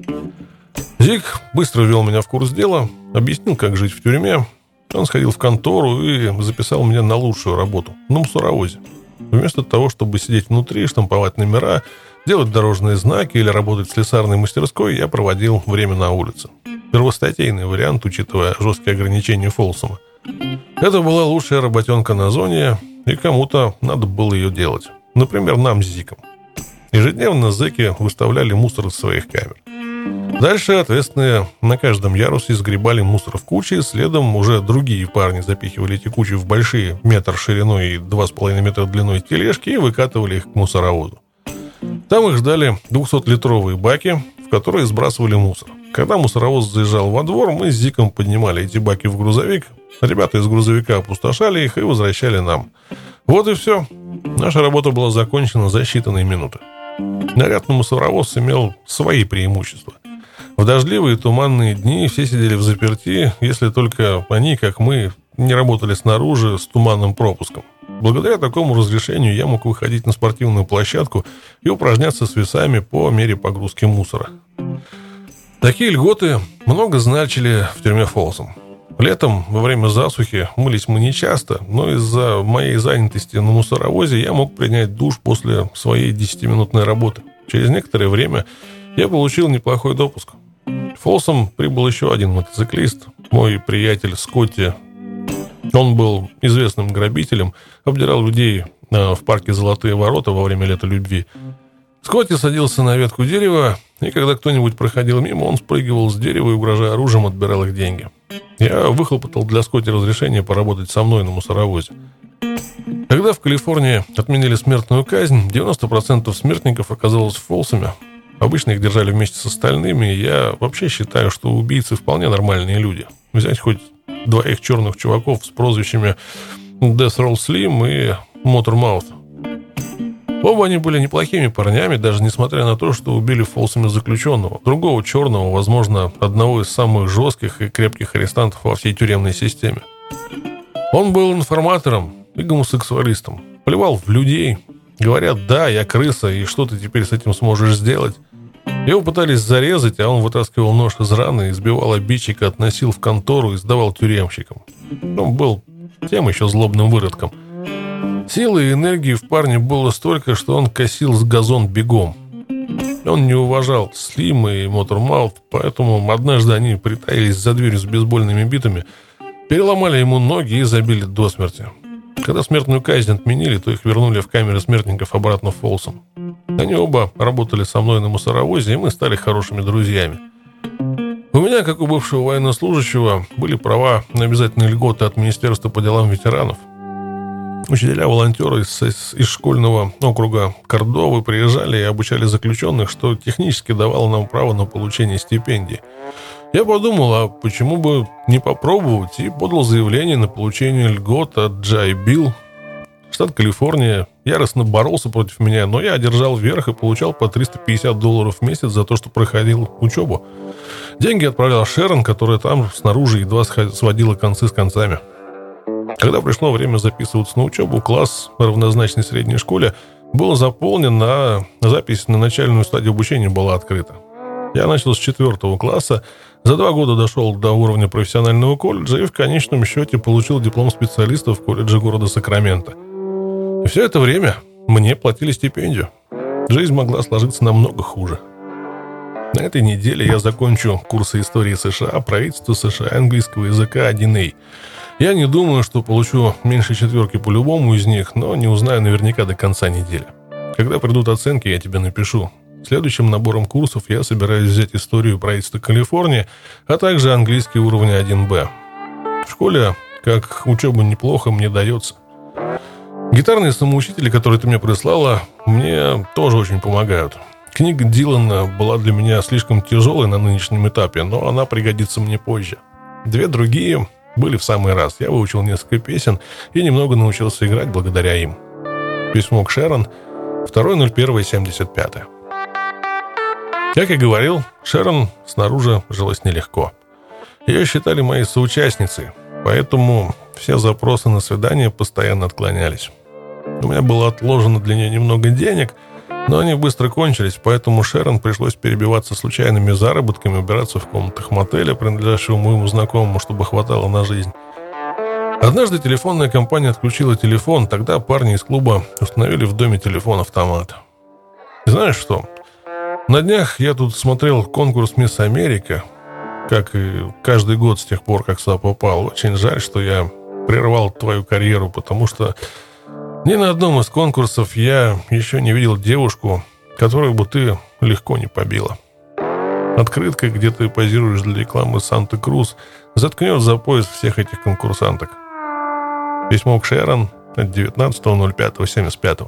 Зик быстро ввел меня в курс дела, объяснил, как жить в тюрьме. Он сходил в контору и записал меня на лучшую работу – на мусоровозе. Вместо того, чтобы сидеть внутри, штамповать номера, делать дорожные знаки или работать в слесарной мастерской, я проводил время на улице. Первостатейный вариант, учитывая жесткие ограничения Фолсома. Это была лучшая работенка на зоне, и кому-то надо было ее делать. Например, нам с Зиком. Ежедневно зэки выставляли мусор из своих камер. Дальше ответственные на каждом ярусе сгребали мусор в кучи, следом уже другие парни запихивали эти кучи в большие метр шириной и два с половиной метра длиной тележки и выкатывали их к мусоровозу. Там их ждали двухсотлитровые баки, в которые сбрасывали мусор. Когда мусоровоз заезжал во двор, мы с Зиком поднимали эти баки в грузовик, ребята из грузовика опустошали их и возвращали нам. Вот и все. Наша работа была закончена за считанные минуты. Нарядный мусоровоз имел свои преимущества. В дождливые и туманные дни все сидели в заперти, если только они, как мы, не работали снаружи с туманным пропуском. Благодаря такому разрешению я мог выходить на спортивную площадку и упражняться с весами по мере погрузки мусора. Такие льготы много значили в тюрьме Фолсом. Летом, во время засухи, мылись мы нечасто, но из-за моей занятости на мусоровозе я мог принять душ после своей десятиминутной работы. Через некоторое время я получил неплохой допуск. Фолсом прибыл еще один мотоциклист, мой приятель Скотти. Он был известным грабителем, обдирал людей в парке «Золотые ворота» во время лета любви. Скотти садился на ветку дерева, и когда кто-нибудь проходил мимо, он спрыгивал с дерева и, угрожая оружием, отбирал их деньги. Я выхлопотал для Скотти разрешение поработать со мной на мусоровозе. Когда в Калифорнии отменили смертную казнь, девяносто процентов смертников оказалось Фолсами. Обычно их держали вместе с остальными, и я вообще считаю, что убийцы вполне нормальные люди. Взять хоть двоих черных чуваков с прозвищами Death Roll Slim и Motormouth. Оба они были неплохими парнями, даже несмотря на то, что убили Фолсами заключенного, другого черного, возможно, одного из самых жестких и крепких арестантов во всей тюремной системе. Он был информатором и гомосексуалистом, плевал в людей, говорят: «Да, я крыса, и что ты теперь с этим сможешь сделать?» Его пытались зарезать, а он вытаскивал нож из раны, избивал обидчика, относил в контору и сдавал тюремщикам. Он был тем еще злобным выродком. Силы и энергии в парне было столько, что он косил с газон бегом. Он не уважал Слима и Мотормаут, поэтому однажды они притаились за дверью с бейсбольными битами, переломали ему ноги и забили до смерти. Когда смертную казнь отменили, то их вернули в камеры смертников обратно в Фолсом. Они оба работали со мной на мусоровозе, и мы стали хорошими друзьями. У меня, как у бывшего военнослужащего, были права на обязательные льготы от Министерства по делам ветеранов. Учителя-волонтеры из, из, из школьного округа Кордовы приезжали и обучали заключенных, что технически давало нам право на получение стипендий. Я подумал, а почему бы не попробовать, и подал заявление на получение льгот от Джай Билл. Штат Калифорния яростно боролся против меня, но я одержал верх и получал по триста пятьдесят долларов в месяц за то, что проходил учебу. Деньги отправлял Шерон, которая там снаружи едва сводила концы с концами. Когда пришло время записываться на учебу, класс, равнозначный средней школе, был заполнен, а запись на начальную стадию обучения была открыта. Я начал с четвертого класса, за два года дошел до уровня профессионального колледжа и в конечном счете получил диплом специалиста в колледже города Сакраменто. И все это время мне платили стипендию. Жизнь могла сложиться намного хуже. На этой неделе я закончу курсы истории США, правительства США, английского языка один эй. Я не думаю, что получу меньше четверки по любому из них, но не узнаю наверняка до конца недели. Когда придут оценки, я тебе напишу. Следующим набором курсов я собираюсь взять историю правительства Калифорнии, а также английский уровня один бэ. В школе, как учеба неплохо, мне дается. Гитарные самоучители, которые ты мне прислала, мне тоже очень помогают. Книга Дилана была для меня слишком тяжелой на нынешнем этапе, но она пригодится мне позже. Две другие были в самый раз. Я выучил несколько песен и немного научился играть благодаря им. Письмо к Шерон, второе ноль первое семьдесят пятое. Как и говорил, Шерон снаружи жилось нелегко. Ее считали моей соучастницей, поэтому все запросы на свидание постоянно отклонялись. У меня было отложено для нее немного денег, но они быстро кончились, поэтому Шерон пришлось перебиваться случайными заработками, убираться в комнатах мотеля, принадлежащего моему знакомому, чтобы хватало на жизнь. Однажды телефонная компания отключила телефон, тогда парни из клуба установили в доме телефон-автомат. И знаешь что? На днях я тут смотрел конкурс «Мисс Америка», как и каждый год с тех пор, как сюда попал. Очень жаль, что я прервал твою карьеру, потому что ни на одном из конкурсов я еще не видел девушку, которую бы ты легко не побила. Открытка, где ты позируешь для рекламы Санта-Крус, заткнет за пояс всех этих конкурсанток. Письмо к Шерон от девятнадцатого ноль пятого семьдесят пятого.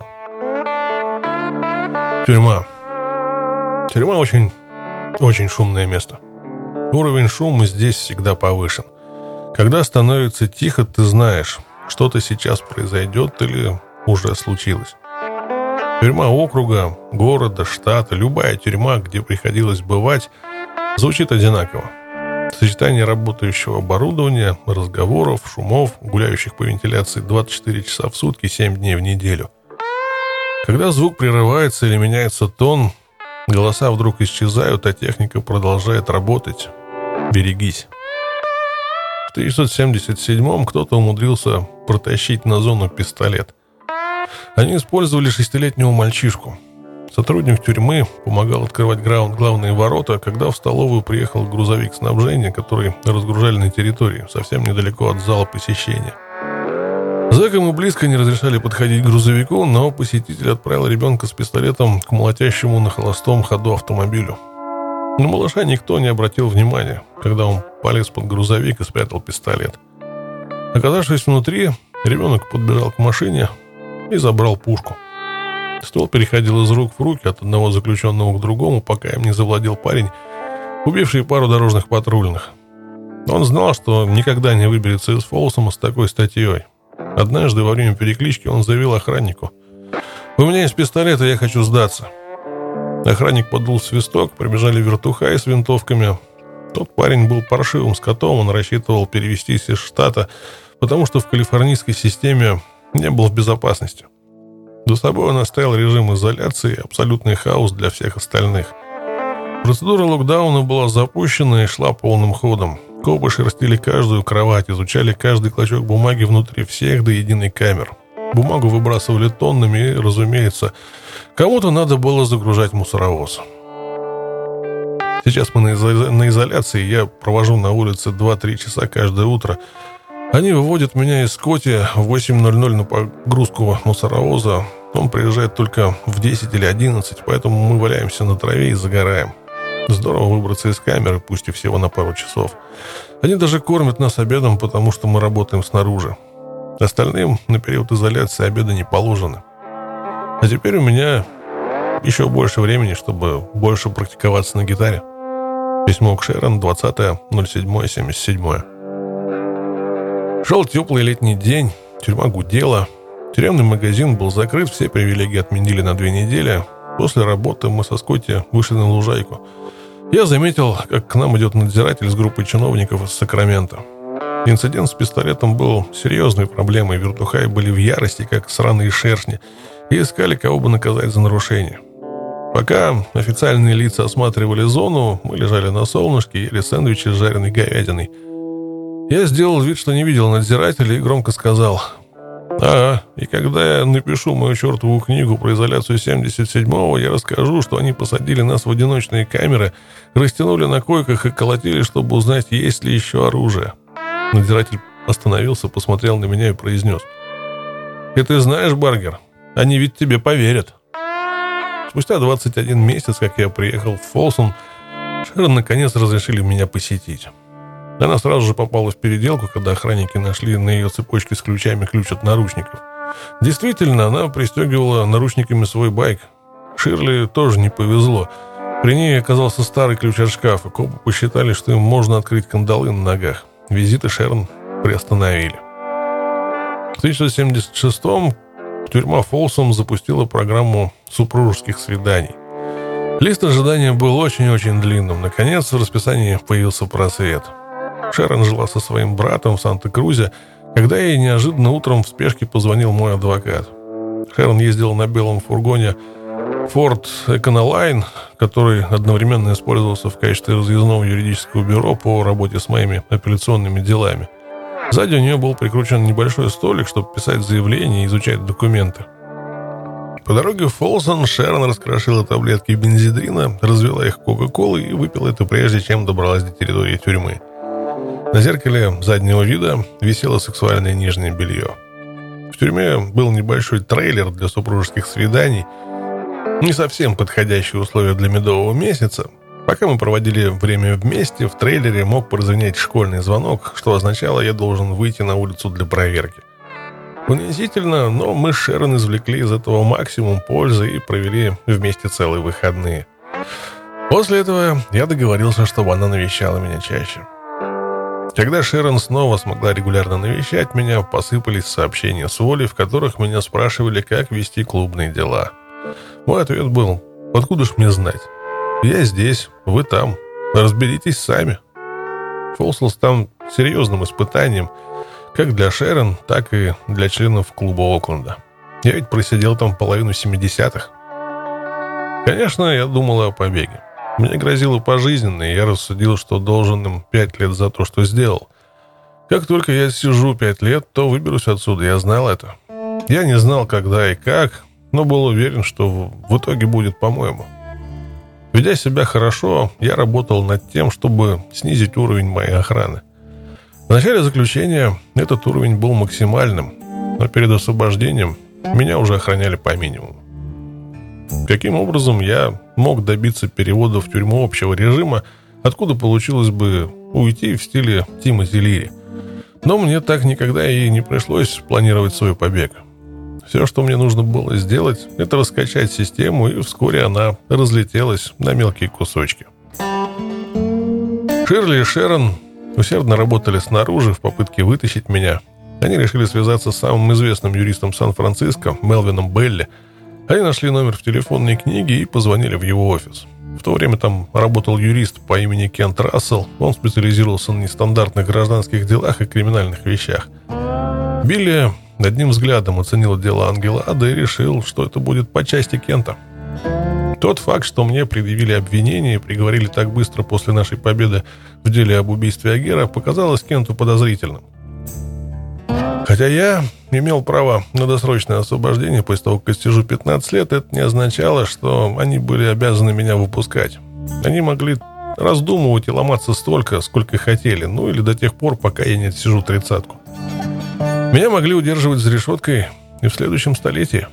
Тюрьма. Тюрьма очень, очень шумное место. Уровень шума здесь всегда повышен. Когда становится тихо, ты знаешь, что-то сейчас произойдет или уже случилось. Тюрьма округа, города, штата, любая тюрьма, где приходилось бывать, звучит одинаково. Сочетание работающего оборудования, разговоров, шумов, гуляющих по вентиляции двадцать четыре часа в сутки, семь дней в неделю. Когда звук прерывается или меняется тон, Голоса вдруг исчезают, а техника продолжает работать. Берегись. В тысяча девятьсот семьдесят седьмом кто-то умудрился протащить на зону пистолет. Они использовали шестилетнего мальчишку. Сотрудник тюрьмы помогал открывать главные ворота, когда в столовую приехал грузовик снабжения, который разгружали на территории, совсем недалеко от зала посещения. Зэкам и близко не разрешали подходить к грузовику, но посетитель отправил ребенка с пистолетом к молотящему на холостом ходу автомобилю. На малыша никто не обратил внимания, когда он полез под грузовик и спрятал пистолет. Оказавшись внутри, ребенок подбежал к машине и забрал пушку. Ствол переходил из рук в руки от одного заключенного к другому, пока им не завладел парень, убивший пару дорожных патрульных. Он знал, что никогда не выберется из Фолсома с такой статьей. Однажды во время переклички он заявил охраннику: «У меня есть пистолет, и я хочу сдаться». Охранник подул свисток, прибежали вертухаи с винтовками. Тот парень был паршивым скотом, он рассчитывал перевестись из штата, потому что в калифорнийской системе не был в безопасности. За собой он оставил режим изоляции и абсолютный хаос для всех остальных. Процедура локдауна была запущена и шла полным ходом. Копы шерстили каждую кровать, изучали каждый клочок бумаги внутри всех до единой камер. Бумагу выбрасывали тоннами, и, разумеется, кому-то надо было загружать мусоровоз. Сейчас мы на, изо- на изоляции, я провожу на улице два-три часа каждое утро. Они выводят меня из Скотти в восемь ноль ноль на погрузку мусоровоза. Он приезжает только в десять или одиннадцать, поэтому мы валяемся на траве и загораем. Здорово выбраться из камеры, пусть и всего на пару часов. Они даже кормят нас обедом, потому что мы работаем снаружи. Остальным на период изоляции обеда не положено. А теперь у меня еще больше времени, чтобы больше практиковаться на гитаре. Письмо к Шерон, двадцатое ноль седьмое семьдесят седьмое. Шел теплый летний день, тюрьма гудела. Тюремный магазин был закрыт, все привилегии отменили на две недели. После работы мы со Скотти вышли на лужайку. Я заметил, как к нам идет надзиратель с группой чиновников из Сакрамента. Инцидент с пистолетом был серьезной проблемой. Вертухаи были в ярости, как сраные шершни, и искали, кого бы наказать за нарушение. Пока официальные лица осматривали зону, мы лежали на солнышке, ели сэндвичи с жареной говядиной. Я сделал вид, что не видел надзирателя, и громко сказал: «Ага, и когда я напишу мою чертову книгу про изоляцию семьдесят седьмого, я расскажу, что они посадили нас в одиночные камеры, растянули на койках и колотили, чтобы узнать, есть ли еще оружие». Надзиратель остановился, посмотрел на меня и произнес: «И ты знаешь, Баргер, они ведь тебе поверят». Спустя двадцать один месяц, как я приехал в Фолсом, Шерон наконец разрешили меня посетить. Она сразу же попала в переделку, когда охранники нашли на ее цепочке с ключами ключ от наручников. Действительно, она пристегивала наручниками свой байк. Ширли тоже не повезло. При ней оказался старый ключ от шкафа. Копы посчитали, что им можно открыть кандалы на ногах. Визиты Шерон приостановили. В тысяча девятьсот семьдесят шестом тюрьма Фолсом запустила программу супружеских свиданий. Лист ожидания был очень-очень длинным. Наконец в расписании появился просвет. Шерон жила со своим братом в Санта-Крузе, когда ей неожиданно утром в спешке позвонил мой адвокат. Шерон ездила на белом фургоне Ford Econoline, который одновременно использовался в качестве разъездного юридического бюро по работе с моими апелляционными делами. Сзади у нее был прикручен небольшой столик, чтобы писать заявления и изучать документы. По дороге в Фолсон Шерон раскрошила таблетки бензидрина, развела их кока-колой и выпила это прежде, чем добралась до территории тюрьмы. На зеркале заднего вида висело сексуальное нижнее белье. В тюрьме был небольшой трейлер для супружеских свиданий. Не совсем подходящие условия для медового месяца. Пока мы проводили время вместе, в трейлере мог прозвенеть школьный звонок, что означало, я должен выйти на улицу для проверки. Унизительно, но мы с Шерон извлекли из этого максимум пользы и провели вместе целые выходные. После этого я договорился, чтобы она навещала меня чаще. Когда Шерон снова смогла регулярно навещать меня, посыпались сообщения с Волей, в которых меня спрашивали, как вести клубные дела. Мой ответ был: откуда ж мне знать? Я здесь, вы там. Разберитесь сами. Фолсом стал серьезным испытанием, как для Шерон, так и для членов клуба Окленда. Я ведь просидел там половину семидесятых. Конечно, я думал о побеге. Мне грозило пожизненное, и я рассудил, что должен им пять лет за то, что сделал. Как только я сижу пять лет, то выберусь отсюда, я знал это. Я не знал, когда и как, но был уверен, что в итоге будет по-моему. Ведя себя хорошо, я работал над тем, чтобы снизить уровень моей охраны. В начале заключения этот уровень был максимальным, но перед освобождением меня уже охраняли по минимуму. Каким образом я мог добиться перевода в тюрьму общего режима, откуда получилось бы уйти в стиле Тимоти Лири? Но мне так никогда и не пришлось планировать свой побег. Все, что мне нужно было сделать, это раскачать систему, и вскоре она разлетелась на мелкие кусочки. Ширли и Шерон усердно работали снаружи в попытке вытащить меня. Они решили связаться с самым известным юристом Сан-Франциско, Мелвином Белли. Они нашли номер в телефонной книге и позвонили в его офис. В то время там работал юрист по имени Кент Рассел. Он специализировался на нестандартных гражданских делах и криминальных вещах. Билли одним взглядом оценил дело Ангелады и решил, что это будет по части Кента. Тот факт, что мне предъявили обвинение и приговорили так быстро после нашей победы в деле об убийстве Агера, показалось Кенту подозрительным. Хотя я имел право на досрочное освобождение после того, как отсижу пятнадцать лет, это не означало, что они были обязаны меня выпускать. Они могли раздумывать и ломаться столько, сколько хотели, ну или до тех пор, пока я не отсижу тридцатку. Меня могли удерживать за решеткой и в следующем столетии.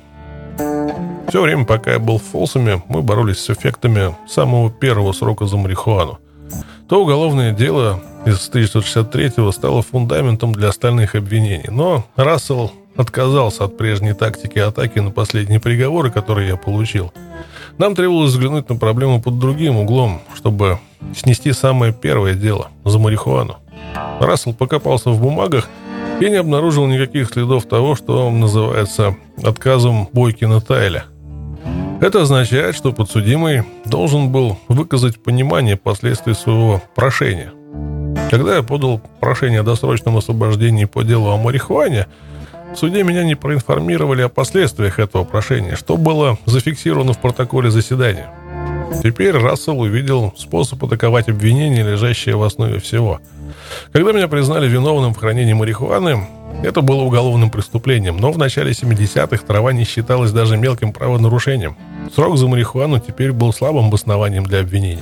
Все время, пока я был в Фолсоме, мы боролись с эффектами самого первого срока за марихуану. То уголовное дело из тысяча девятьсот шестьдесят третьего стало фундаментом для остальных обвинений. Но Рассел отказался от прежней тактики атаки на последние приговоры, которые я получил. Нам требовалось взглянуть на проблему под другим углом, чтобы снести самое первое дело за марихуану. Рассел покопался в бумагах и не обнаружил никаких следов того, что называется отказом Бойкина Тайля. Это означает, что подсудимый должен был выказать понимание последствий своего прошения. Когда я подал прошение о досрочном освобождении по делу о марихуане, в суде меня не проинформировали о последствиях этого прошения, что было зафиксировано в протоколе заседания. Теперь Рассел увидел способ атаковать обвинение, лежащее в основе всего. Когда меня признали виновным в хранении марихуаны, это было уголовным преступлением, но в начале семидесятых трава не считалась даже мелким правонарушением. Срок за марихуану теперь был слабым обоснованием для обвинения.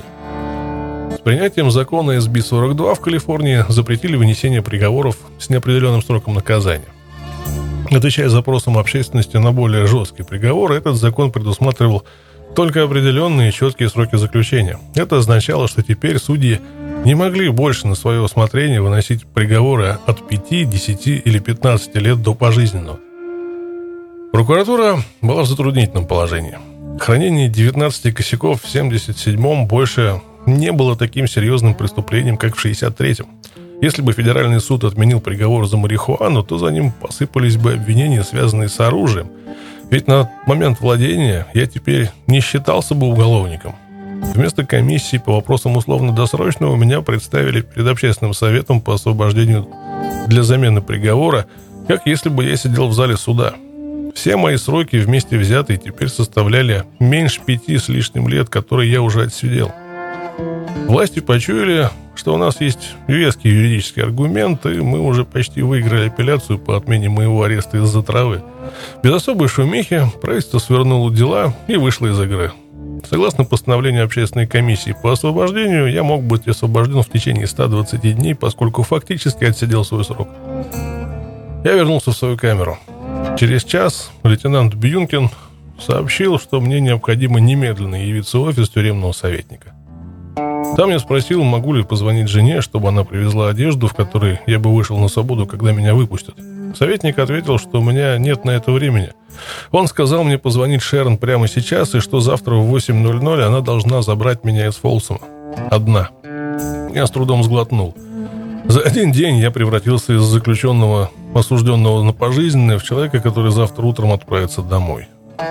С принятием закона эс би сорок два в Калифорнии запретили вынесение приговоров с неопределенным сроком наказания. Отвечая запросам общественности на более жесткие приговоры, этот закон предусматривал только определенные четкие сроки заключения. Это означало, что теперь судьи не могли больше на свое усмотрение выносить приговоры от пяти, десяти или пятнадцати лет до пожизненного. Прокуратура была в затруднительном положении. Хранение девятнадцати косяков в семьдесят седьмом больше не было таким серьезным преступлением, как в шестьдесят третьем. Если бы федеральный суд отменил приговор за марихуану, то за ним посыпались бы обвинения, связанные с оружием. Ведь на момент владения я теперь не считался бы уголовником. Вместо комиссии по вопросам условно-досрочного меня представили перед общественным советом по освобождению для замены приговора, как если бы я сидел в зале суда. Все мои сроки вместе взятые теперь составляли меньше пяти с лишним лет, которые я уже отсидел. Власти почуяли, что у нас есть веский юридический аргумент, и мы уже почти выиграли апелляцию по отмене моего ареста из-за травы. Без особой шумихи правительство свернуло дела и вышло из игры. Согласно постановлению общественной комиссии по освобождению, я мог быть освобожден в течение ста двадцати дней, поскольку фактически отсидел свой срок. Я вернулся в свою камеру. Через час лейтенант Бьюнкин сообщил, что мне необходимо немедленно явиться в офис тюремного советника. Там я спросил, могу ли позвонить жене, чтобы она привезла одежду, в которой я бы вышел на свободу, когда меня выпустят. Советник ответил, что у меня нет на это времени. Он сказал мне позвонить Шерон прямо сейчас, и что завтра в восемь ноль ноль она должна забрать меня из Фолсома. Одна. Я с трудом сглотнул. За один день я превратился из заключенного, осужденного на пожизненное, в человека, который завтра утром отправится домой.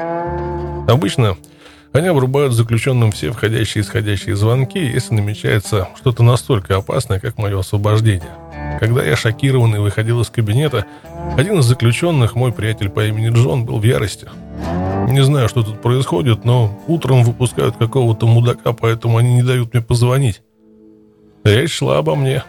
Обычно они обрубают заключенным все входящие и исходящие звонки, если намечается что-то настолько опасное, как мое освобождение. Когда я шокированный выходил из кабинета, один из заключенных, мой приятель по имени Джон, был в ярости. Не знаю, что тут происходит, но утром выпускают какого-то мудака, поэтому они не дают мне позвонить. Речь шла обо мне.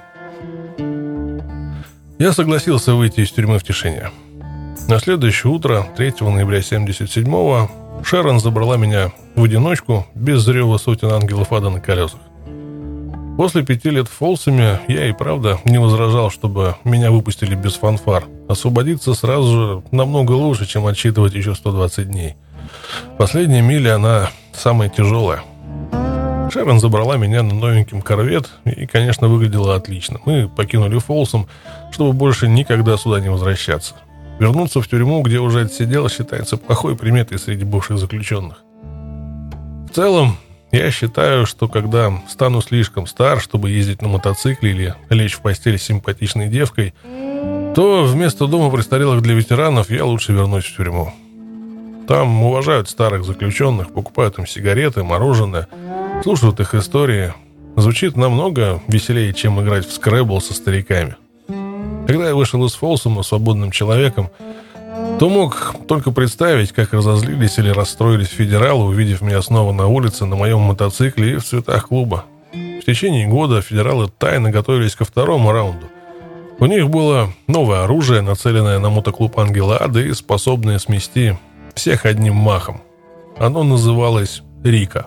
Я согласился выйти из тюрьмы в тишине. На следующее утро, третьего ноября семьдесят седьмого, Шерон забрала меня в одиночку, без рева сотен ангелов ада на колесах. После пяти лет в Фолсоме я и правда не возражал, чтобы меня выпустили без фанфар. Освободиться сразу же намного лучше, чем отсчитывать еще сто двадцать дней. Последняя миля, она самая тяжелая. Шерон забрала меня на новеньким корвет и, конечно, выглядела отлично. Мы покинули Фолсом, чтобы больше никогда сюда не возвращаться. Вернуться в тюрьму, где уже отсидел, считается плохой приметой среди бывших заключенных. В целом, я считаю, что когда стану слишком стар, чтобы ездить на мотоцикле или лечь в постель с симпатичной девкой, то вместо дома престарелых для ветеранов я лучше вернусь в тюрьму. Там уважают старых заключенных, покупают им сигареты, мороженое, слушают их истории. Звучит намного веселее, чем играть в скрэбл со стариками. Когда я вышел из Фолсома свободным человеком, то мог только представить, как разозлились или расстроились федералы, увидев меня снова на улице, на моем мотоцикле и в цветах клуба. В течение года федералы тайно готовились ко второму раунду. У них было новое оружие, нацеленное на мотоклуб «Ангелы Ада» и способное смести всех одним махом. Оно называлось «Рика».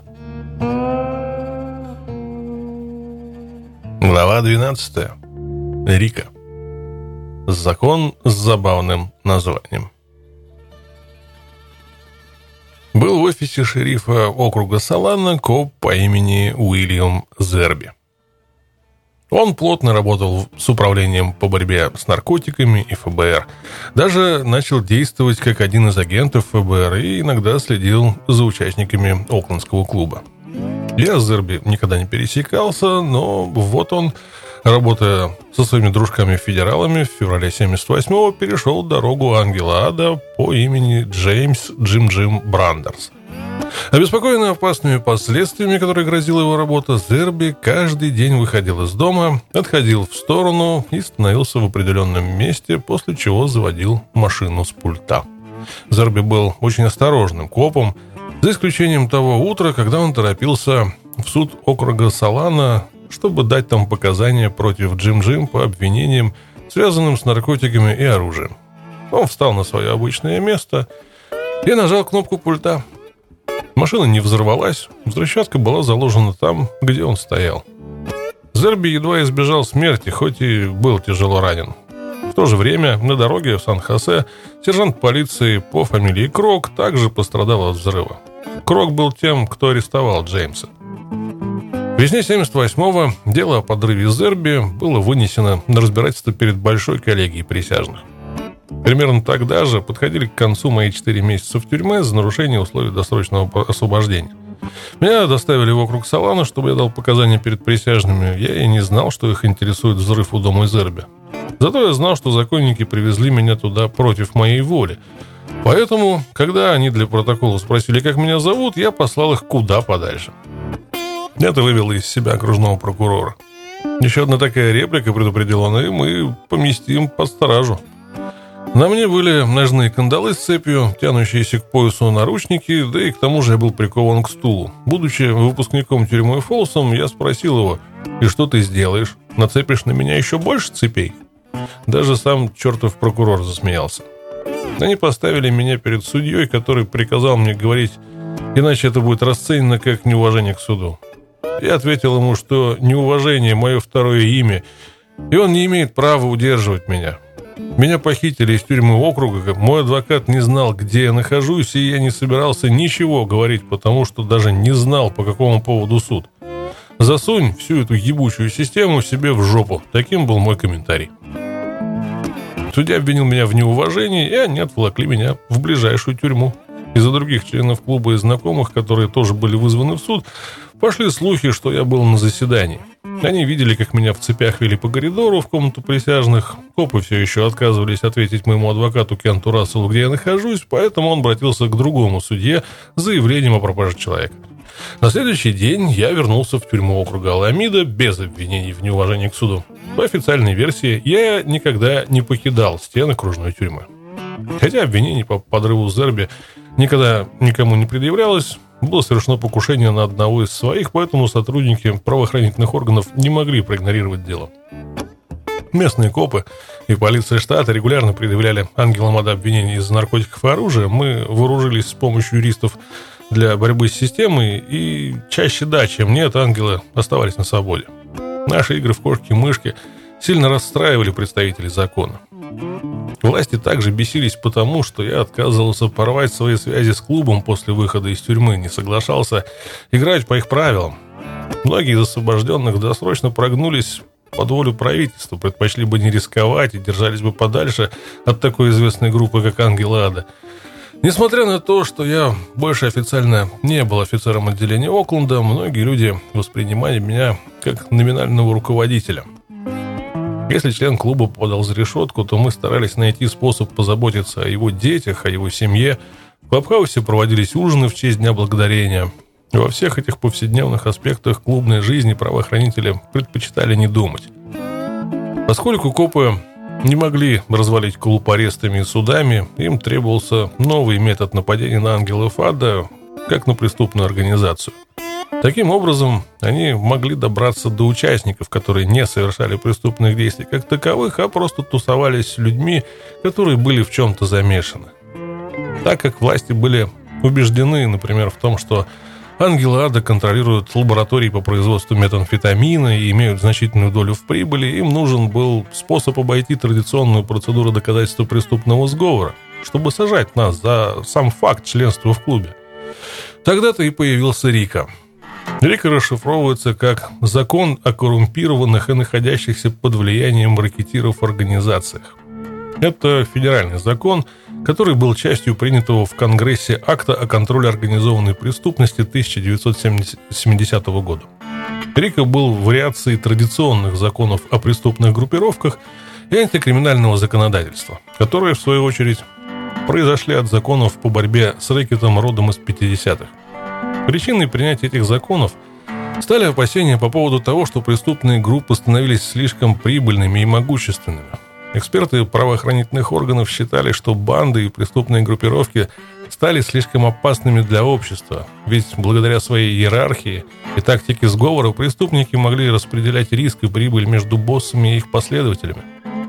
Глава двенадцатая. Рика. Закон с забавным названием. Был в офисе шерифа округа Солана коп по имени Уильям Зерби. Он плотно работал с управлением по борьбе с наркотиками и эф бэ эр. Даже начал действовать как один из агентов эф бэ эр и иногда следил за участниками Оклендского клуба. Я с Зерби никогда не пересекался, но вот он, работая со своими дружками-федералами, в феврале семьдесят восьмого перешел дорогу ангела ада по имени Джеймс Джим-Джим Брандерс. Обеспокоенный опасными последствиями, которые грозила его работа, Зерби каждый день выходил из дома, отходил в сторону и становился в определенном месте, после чего заводил машину с пульта. Зерби был очень осторожным копом, за исключением того утра, когда он торопился в суд округа Солана, чтобы дать там показания против Джим-Джим по обвинениям, связанным с наркотиками и оружием. Он встал на свое обычное место и нажал кнопку пульта. Машина не взорвалась, взрывчатка была заложена там, где он стоял. Зерби едва избежал смерти, хоть и был тяжело ранен. В то же время на дороге в Сан-Хосе сержант полиции по фамилии Крок также пострадал от взрыва. Крок был тем, кто арестовал Джеймса. В весне семьдесят восьмого дело о подрыве Зерби было вынесено на разбирательство перед большой коллегией присяжных. Примерно тогда же подходили к концу мои четыре месяца в тюрьме за нарушение условий досрочного освобождения. Меня доставили в округ Солана, чтобы я дал показания перед присяжными. Я и не знал, что их интересует взрыв у дома Зерби. Зато я знал, что законники привезли меня туда против моей воли. Поэтому, когда они для протокола спросили, как меня зовут, я послал их куда подальше. Это вывело из себя окружного прокурора. Еще одна такая реплика, предупредил он, и мы поместим под стражу. На мне были ножные кандалы с цепью, тянущиеся к поясу наручники, да и к тому же я был прикован к стулу. Будучи выпускником тюрьмы Фолсом, я спросил его: «И что ты сделаешь? Нацепишь на меня еще больше цепей?» Даже сам чертов прокурор засмеялся. Они поставили меня перед судьей, который приказал мне говорить, иначе это будет расценено как неуважение к суду. Я ответил ему, что неуважение – мое второе имя, и он не имеет права удерживать меня. Меня похитили из тюрьмы округа, мой адвокат не знал, где я нахожусь, и я не собирался ничего говорить, потому что даже не знал, по какому поводу суд. Засунь всю эту ебучую систему себе в жопу. Таким был мой комментарий. Судья обвинил меня в неуважении, и они отволокли меня в ближайшую тюрьму. Из-за других членов клуба и знакомых, которые тоже были вызваны в суд, пошли слухи, что я был на заседании. Они видели, как меня в цепях вели по коридору в комнату присяжных. Копы все еще отказывались ответить моему адвокату Кенту Расселу, где я нахожусь, поэтому он обратился к другому судье с заявлением о пропаже человека. На следующий день я вернулся в тюрьму округа Аламида без обвинений в неуважении к суду. По официальной версии, я никогда не покидал стены окружной тюрьмы. Хотя обвинений по подрыву Зерби никогда никому не предъявлялось, было совершено покушение на одного из своих, поэтому сотрудники правоохранительных органов не могли проигнорировать дело. Местные копы и полиция штата регулярно предъявляли ангелам ада обвинения из-за наркотиков и оружия. Мы вооружились с помощью юристов для борьбы с системой, и чаще да, чем нет, ангелы оставались на свободе. Наши игры в кошки-мышки сильно расстраивали представителей закона. Власти также бесились потому, что я отказывался порвать свои связи с клубом после выхода из тюрьмы, не соглашался играть по их правилам. Многие из освобожденных досрочно прогнулись под волю правительства, предпочли бы не рисковать и держались бы подальше от такой известной группы, как Ангелы Ада. Несмотря на то, что я больше официально не был офицером отделения Окленда, многие люди воспринимали меня как номинального руководителя. Если член клуба попадал за решетку, то мы старались найти способ позаботиться о его детях, о его семье. В клабхаусе проводились ужины в честь Дня Благодарения. Во всех этих повседневных аспектах клубной жизни правоохранители предпочитали не думать. Поскольку копы не могли развалить клуб арестами и судами, им требовался новый метод нападения на ангелов ада, как на преступную организацию. Таким образом, они могли добраться до участников, которые не совершали преступных действий как таковых, а просто тусовались с людьми, которые были в чем-то замешаны. Так как власти были убеждены, например, в том, что ангелы ада контролируют лаборатории по производству метамфетамина и имеют значительную долю в прибыли, им нужен был способ обойти традиционную процедуру доказательства преступного сговора, чтобы сажать нас за сам факт членства в клубе. Тогда-то и появился РИКО. РИКО расшифровывается как «Закон о коррумпированных и находящихся под влиянием ракетиров организациях». Это федеральный закон, который был частью принятого в Конгрессе акта о контроле организованной преступности тысяча девятьсот семидесятого года. РИКО был вариацией традиционных законов о преступных группировках и антикриминального законодательства, которые, в свою очередь, произошли от законов по борьбе с рэкетом родом из пятидесятых. Причиной принятия этих законов стали опасения по поводу того, что преступные группы становились слишком прибыльными и могущественными. Эксперты правоохранительных органов считали, что банды и преступные группировки стали слишком опасными для общества, ведь благодаря своей иерархии и тактике сговора преступники могли распределять риск и прибыль между боссами и их последователями.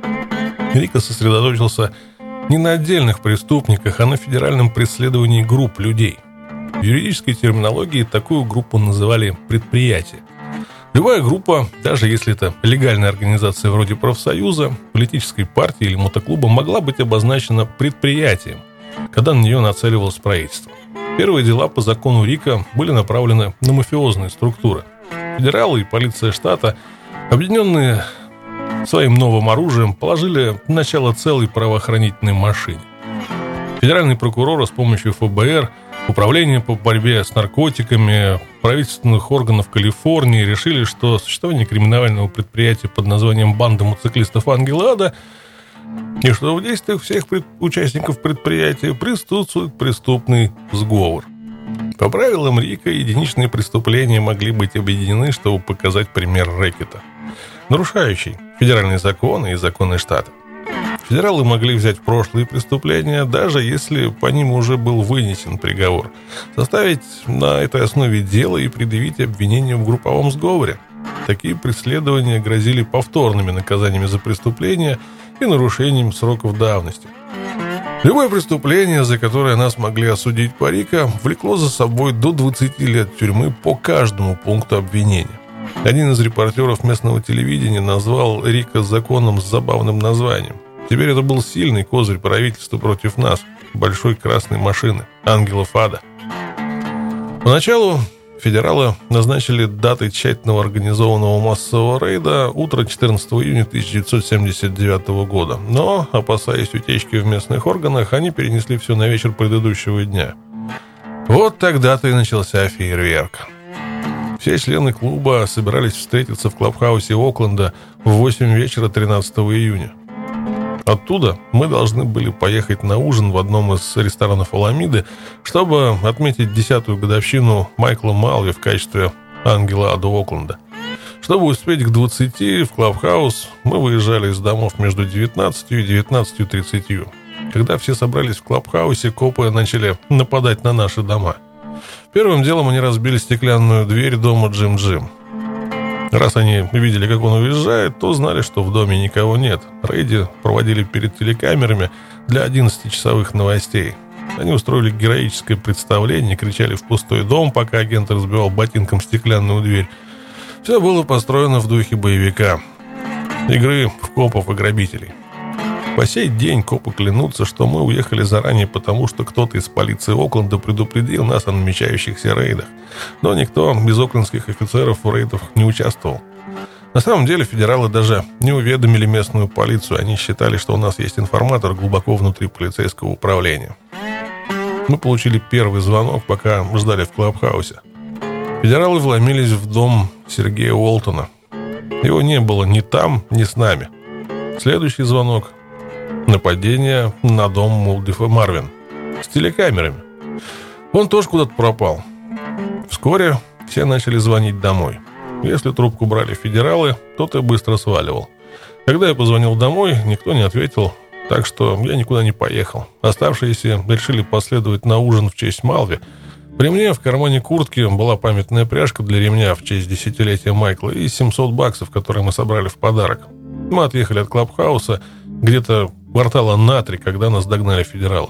РИКО сосредоточился не на отдельных преступниках, а на федеральном преследовании групп людей. В юридической терминологии такую группу называли предприятие. Любая группа, даже если это легальная организация вроде профсоюза, политической партии или мотоклуба, могла быть обозначена предприятием, когда на нее нацеливалось правительство. Первые дела по закону РИКО были направлены на мафиозные структуры. Федералы и полиция штата, объединенные своим новым оружием, положили начало целой правоохранительной машине. Федеральные прокуроры с помощью эф бэ эр, Управление по борьбе с наркотиками, правительственных органов Калифорнии решили, что существование криминального предприятия под названием «Банда мотоциклистов Ангелы Ада» и что в действиях всех пред... участников предприятия присутствует преступный сговор. По правилам РИКО единичные преступления могли быть объединены, чтобы показать пример рэкета, нарушающий федеральные законы и законы штата. Федералы могли взять прошлые преступления, даже если по ним уже был вынесен приговор, составить на этой основе дело и предъявить обвинение в групповом сговоре. Такие преследования грозили повторными наказаниями за преступления и нарушением сроков давности. Любое преступление, за которое нас могли осудить по РИКО, влекло за собой до двадцати лет тюрьмы по каждому пункту обвинения. Один из репортеров местного телевидения назвал РИКО законом с забавным названием. Теперь это был сильный козырь правительства против нас, большой красной машины, ангелов ада. Поначалу федералы назначили датой тщательного организованного массового рейда утро четырнадцатого июня тысяча девятьсот семьдесят девятого года. Но, опасаясь утечки в местных органах, они перенесли все на вечер предыдущего дня. Вот тогда-то и начался фейерверк. Все члены клуба собирались встретиться в клабхаусе Окленда в восемь вечера тринадцатого июня. Оттуда мы должны были поехать на ужин в одном из ресторанов Аламиды, чтобы отметить десятую годовщину Майкла Малви в качестве ангела ада Окленда. Чтобы успеть к двадцати в Клабхаус, мы выезжали из домов между девятнадцатью и девятнадцатью тридцатью. Когда все собрались в Клабхаусе, копы начали нападать на наши дома. Первым делом они разбили стеклянную дверь дома Джим-Джим. Раз они видели, как он уезжает, то знали, что в доме никого нет. Рейди проводили перед телекамерами для одиннадцатичасовых новостей. Они устроили героическое представление, кричали в пустой дом, пока агент разбивал ботинком стеклянную дверь. Все было построено в духе боевика. Игры в копов и грабителей. По сей день копы клянутся, что мы уехали заранее, потому что кто-то из полиции Окленда предупредил нас о намечающихся рейдах. Но никто из оклендских офицеров в рейдах не участвовал. На самом деле федералы даже не уведомили местную полицию. Они считали, что у нас есть информатор глубоко внутри полицейского управления. Мы получили первый звонок, пока ждали в Клабхаусе. Федералы вломились в дом Сергея Уолтона. Его не было ни там, ни с нами. Следующий звонок — нападение на дом Мулдифа Марвин с телекамерами. Он тоже куда-то пропал. Вскоре все начали звонить домой. Если трубку брали федералы, то ты быстро сваливал. Когда я позвонил домой, никто не ответил, так что я никуда не поехал. Оставшиеся решили последовать на ужин в честь Малви. При мне в кармане куртки была памятная пряжка для ремня в честь десятилетия Майкла и семьсот баксов, которые мы собрали в подарок. Мы отъехали от Клабхауса где-то квартала на три, когда нас догнали федералы.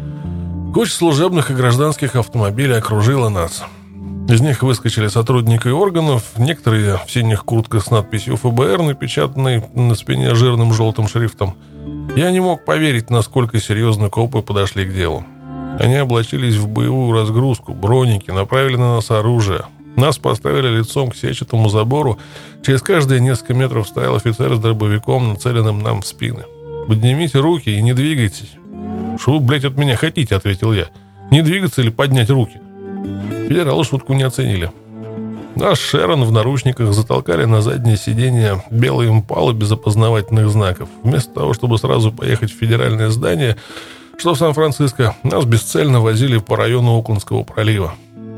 Куча служебных и гражданских автомобилей окружила нас. Из них выскочили сотрудники органов, некоторые в синих куртках с надписью эф бэ эр, напечатанной на спине жирным желтым шрифтом. Я не мог поверить, насколько серьезно копы подошли к делу. Они облачились в боевую разгрузку, броники, направили на нас оружие. Нас поставили лицом к сетчатому забору. Через каждые несколько метров стоял офицер с дробовиком, нацеленным нам в спины. «Поднимите руки и не двигайтесь». «Что вы, блядь, от меня хотите?» — ответил я. «Не двигаться или поднять руки?» Федералы шутку не оценили. Наш Шерон в наручниках затолкали на заднее сиденье белые импалы без опознавательных знаков. Вместо того, чтобы сразу поехать в федеральное здание, что в Сан-Франциско, нас бесцельно возили по району Оклендского пролива.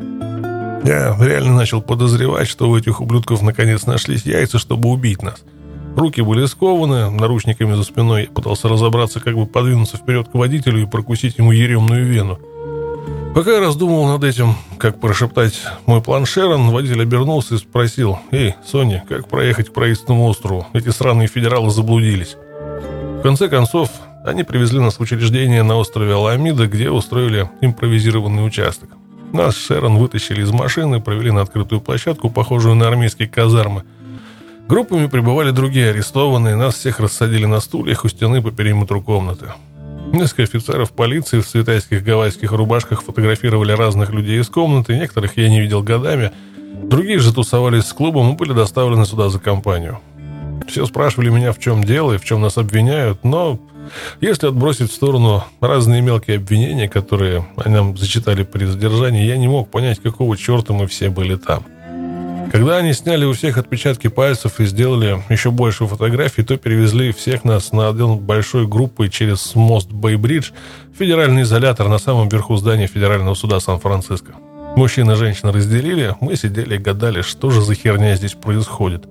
Я реально начал подозревать, что у этих ублюдков наконец нашлись яйца, чтобы убить нас. Руки были скованы, наручниками за спиной я пытался разобраться, как бы подвинуться вперед к водителю и прокусить ему еремную вену. Пока я раздумывал над этим, как прошептать мой план Шерон, водитель обернулся и спросил: «Эй, Соня, как проехать к проездному острову? Эти сраные федералы заблудились». В конце концов, они привезли нас в учреждение на острове Аламида, где устроили импровизированный участок. Нас с Шерон вытащили из машины, провели на открытую площадку, похожую на армейские казармы. Группами прибывали другие арестованные, нас всех рассадили на стульях у стены по периметру комнаты. Несколько офицеров полиции в цветайских гавайских рубашках фотографировали разных людей из комнаты, некоторых я не видел годами, другие же тусовались с клубом и были доставлены сюда за компанию. Все спрашивали меня, в чем дело и в чем нас обвиняют, но если отбросить в сторону разные мелкие обвинения, которые они нам зачитали при задержании, я не мог понять, какого черта мы все были там. Когда они сняли у всех отпечатки пальцев и сделали еще больше фотографий, то перевезли всех нас на один большой группой через мост Бэй-Бридж в федеральный изолятор на самом верху здания федерального суда Сан-Франциско. Мужчин и женщин разделили, мы сидели и гадали, что же за херня здесь происходит.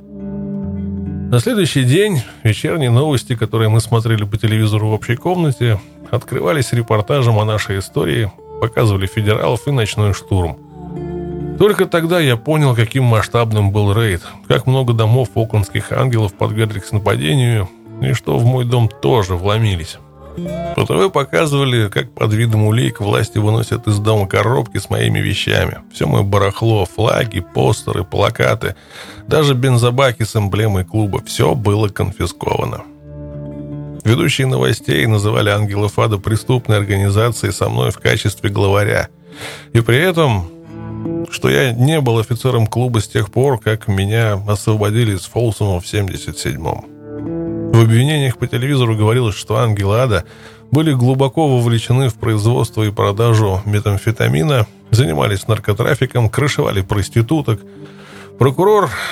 На следующий день вечерние новости, которые мы смотрели по телевизору в общей комнате, открывались репортажем о нашей истории, показывали федералов и ночной штурм. Только тогда я понял, каким масштабным был рейд, как много домов оклендских ангелов подверглись нападению, и что в мой дом тоже вломились. По ТВ показывали, как под видом улик власти выносят из дома коробки с моими вещами. Все мое барахло, флаги, постеры, плакаты, даже бензобаки с эмблемой клуба. Все было конфисковано. Ведущие новостей называли ангелов ада преступной организацией со мной в качестве главаря. И при этом, что я не был офицером клуба с тех пор, как меня освободили из Фолсома в семьдесят седьмом. В обвинениях по телевизору говорилось, что ангелы ада были глубоко вовлечены в производство и продажу метамфетамина, занимались наркотрафиком, крышевали проституток. Прокурор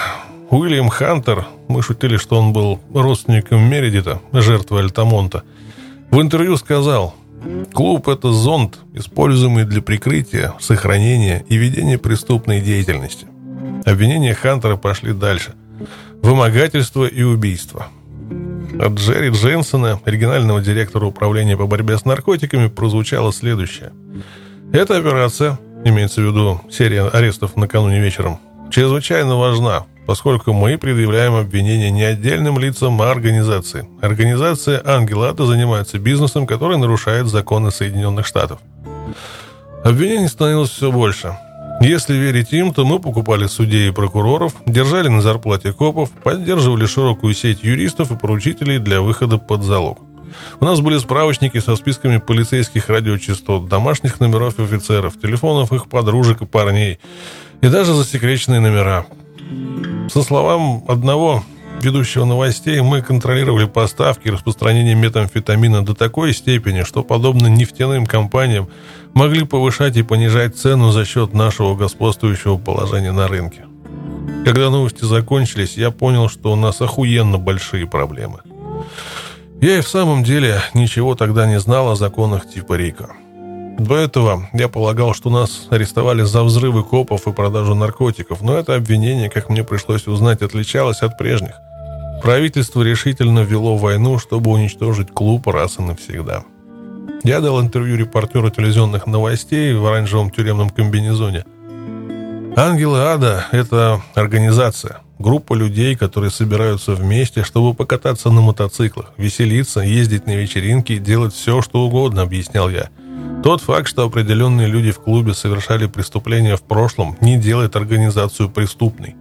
Уильям Хантер, мы шутили, что он был родственником Мередита, жертвы Альтамонта, в интервью сказал: «Клуб – это зонд, используемый для прикрытия, сохранения и ведения преступной деятельности». Обвинения Хантера пошли дальше. Вымогательство и убийство. От Джерри Дженсона, оригинального директора управления по борьбе с наркотиками, прозвучало следующее. «Эта операция, имеется в виду серия арестов накануне вечером, чрезвычайно важна, поскольку мы предъявляем обвинения не отдельным лицам, а организации. Организация «Ангел Ада» занимается бизнесом, который нарушает законы Соединенных Штатов». Обвинений становилось все больше. Если верить им, то мы покупали судей и прокуроров, держали на зарплате копов, поддерживали широкую сеть юристов и поручителей для выхода под залог. У нас были справочники со списками полицейских радиочастот, домашних номеров офицеров, телефонов их подружек и парней, и даже засекреченные номера. Со словам одного ведущего новостей, мы контролировали поставки и распространение метамфетамина до такой степени, что, подобно нефтяным компаниям, могли повышать и понижать цену за счет нашего господствующего положения на рынке. Когда новости закончились, я понял, что у нас охуенно большие проблемы. Я и в самом деле ничего тогда не знал о законах типа Рика. До этого я полагал, что нас арестовали за взрывы копов и продажу наркотиков, но это обвинение, как мне пришлось узнать, отличалось от прежних. Правительство решительно вело войну, чтобы уничтожить клуб раз и навсегда. Я дал интервью репортеру телевизионных новостей в оранжевом тюремном комбинезоне. «Ангелы Ада» — это организация, группа людей, которые собираются вместе, чтобы покататься на мотоциклах, веселиться, ездить на вечеринки и делать все, что угодно, объяснял я. Тот факт, что определенные люди в клубе совершали преступления в прошлом, не делает организацию преступной.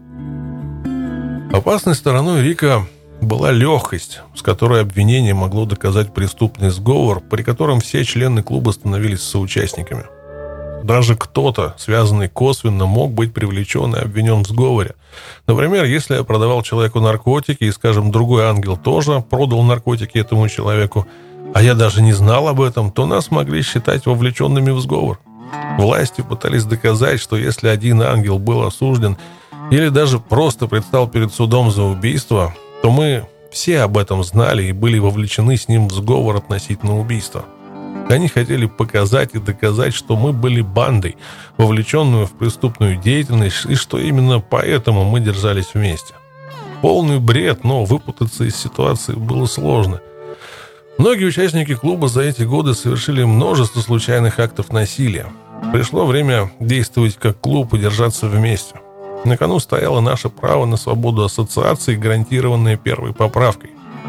Опасной стороной Рика была легкость, с которой обвинение могло доказать преступный сговор, при котором все члены клуба становились соучастниками. Даже кто-то, связанный косвенно, мог быть привлечен и обвинен в сговоре. Например, если я продавал человеку наркотики, и, скажем, другой ангел тоже продал наркотики этому человеку, а я даже не знал об этом, то нас могли считать вовлеченными в сговор. Власти пытались доказать, что если один ангел был осужден или даже просто предстал перед судом за убийство, то мы все об этом знали и были вовлечены с ним в сговор относительно убийства. Они хотели показать и доказать, что мы были бандой, вовлеченную в преступную деятельность, и что именно поэтому мы держались вместе. Полный бред, но выпутаться из ситуации было сложно. Многие участники клуба за эти годы совершили множество случайных актов насилия. Пришло время действовать как клуб и держаться вместе. На кону стояло наше право на свободу ассоциации, гарантированное первой поправкой.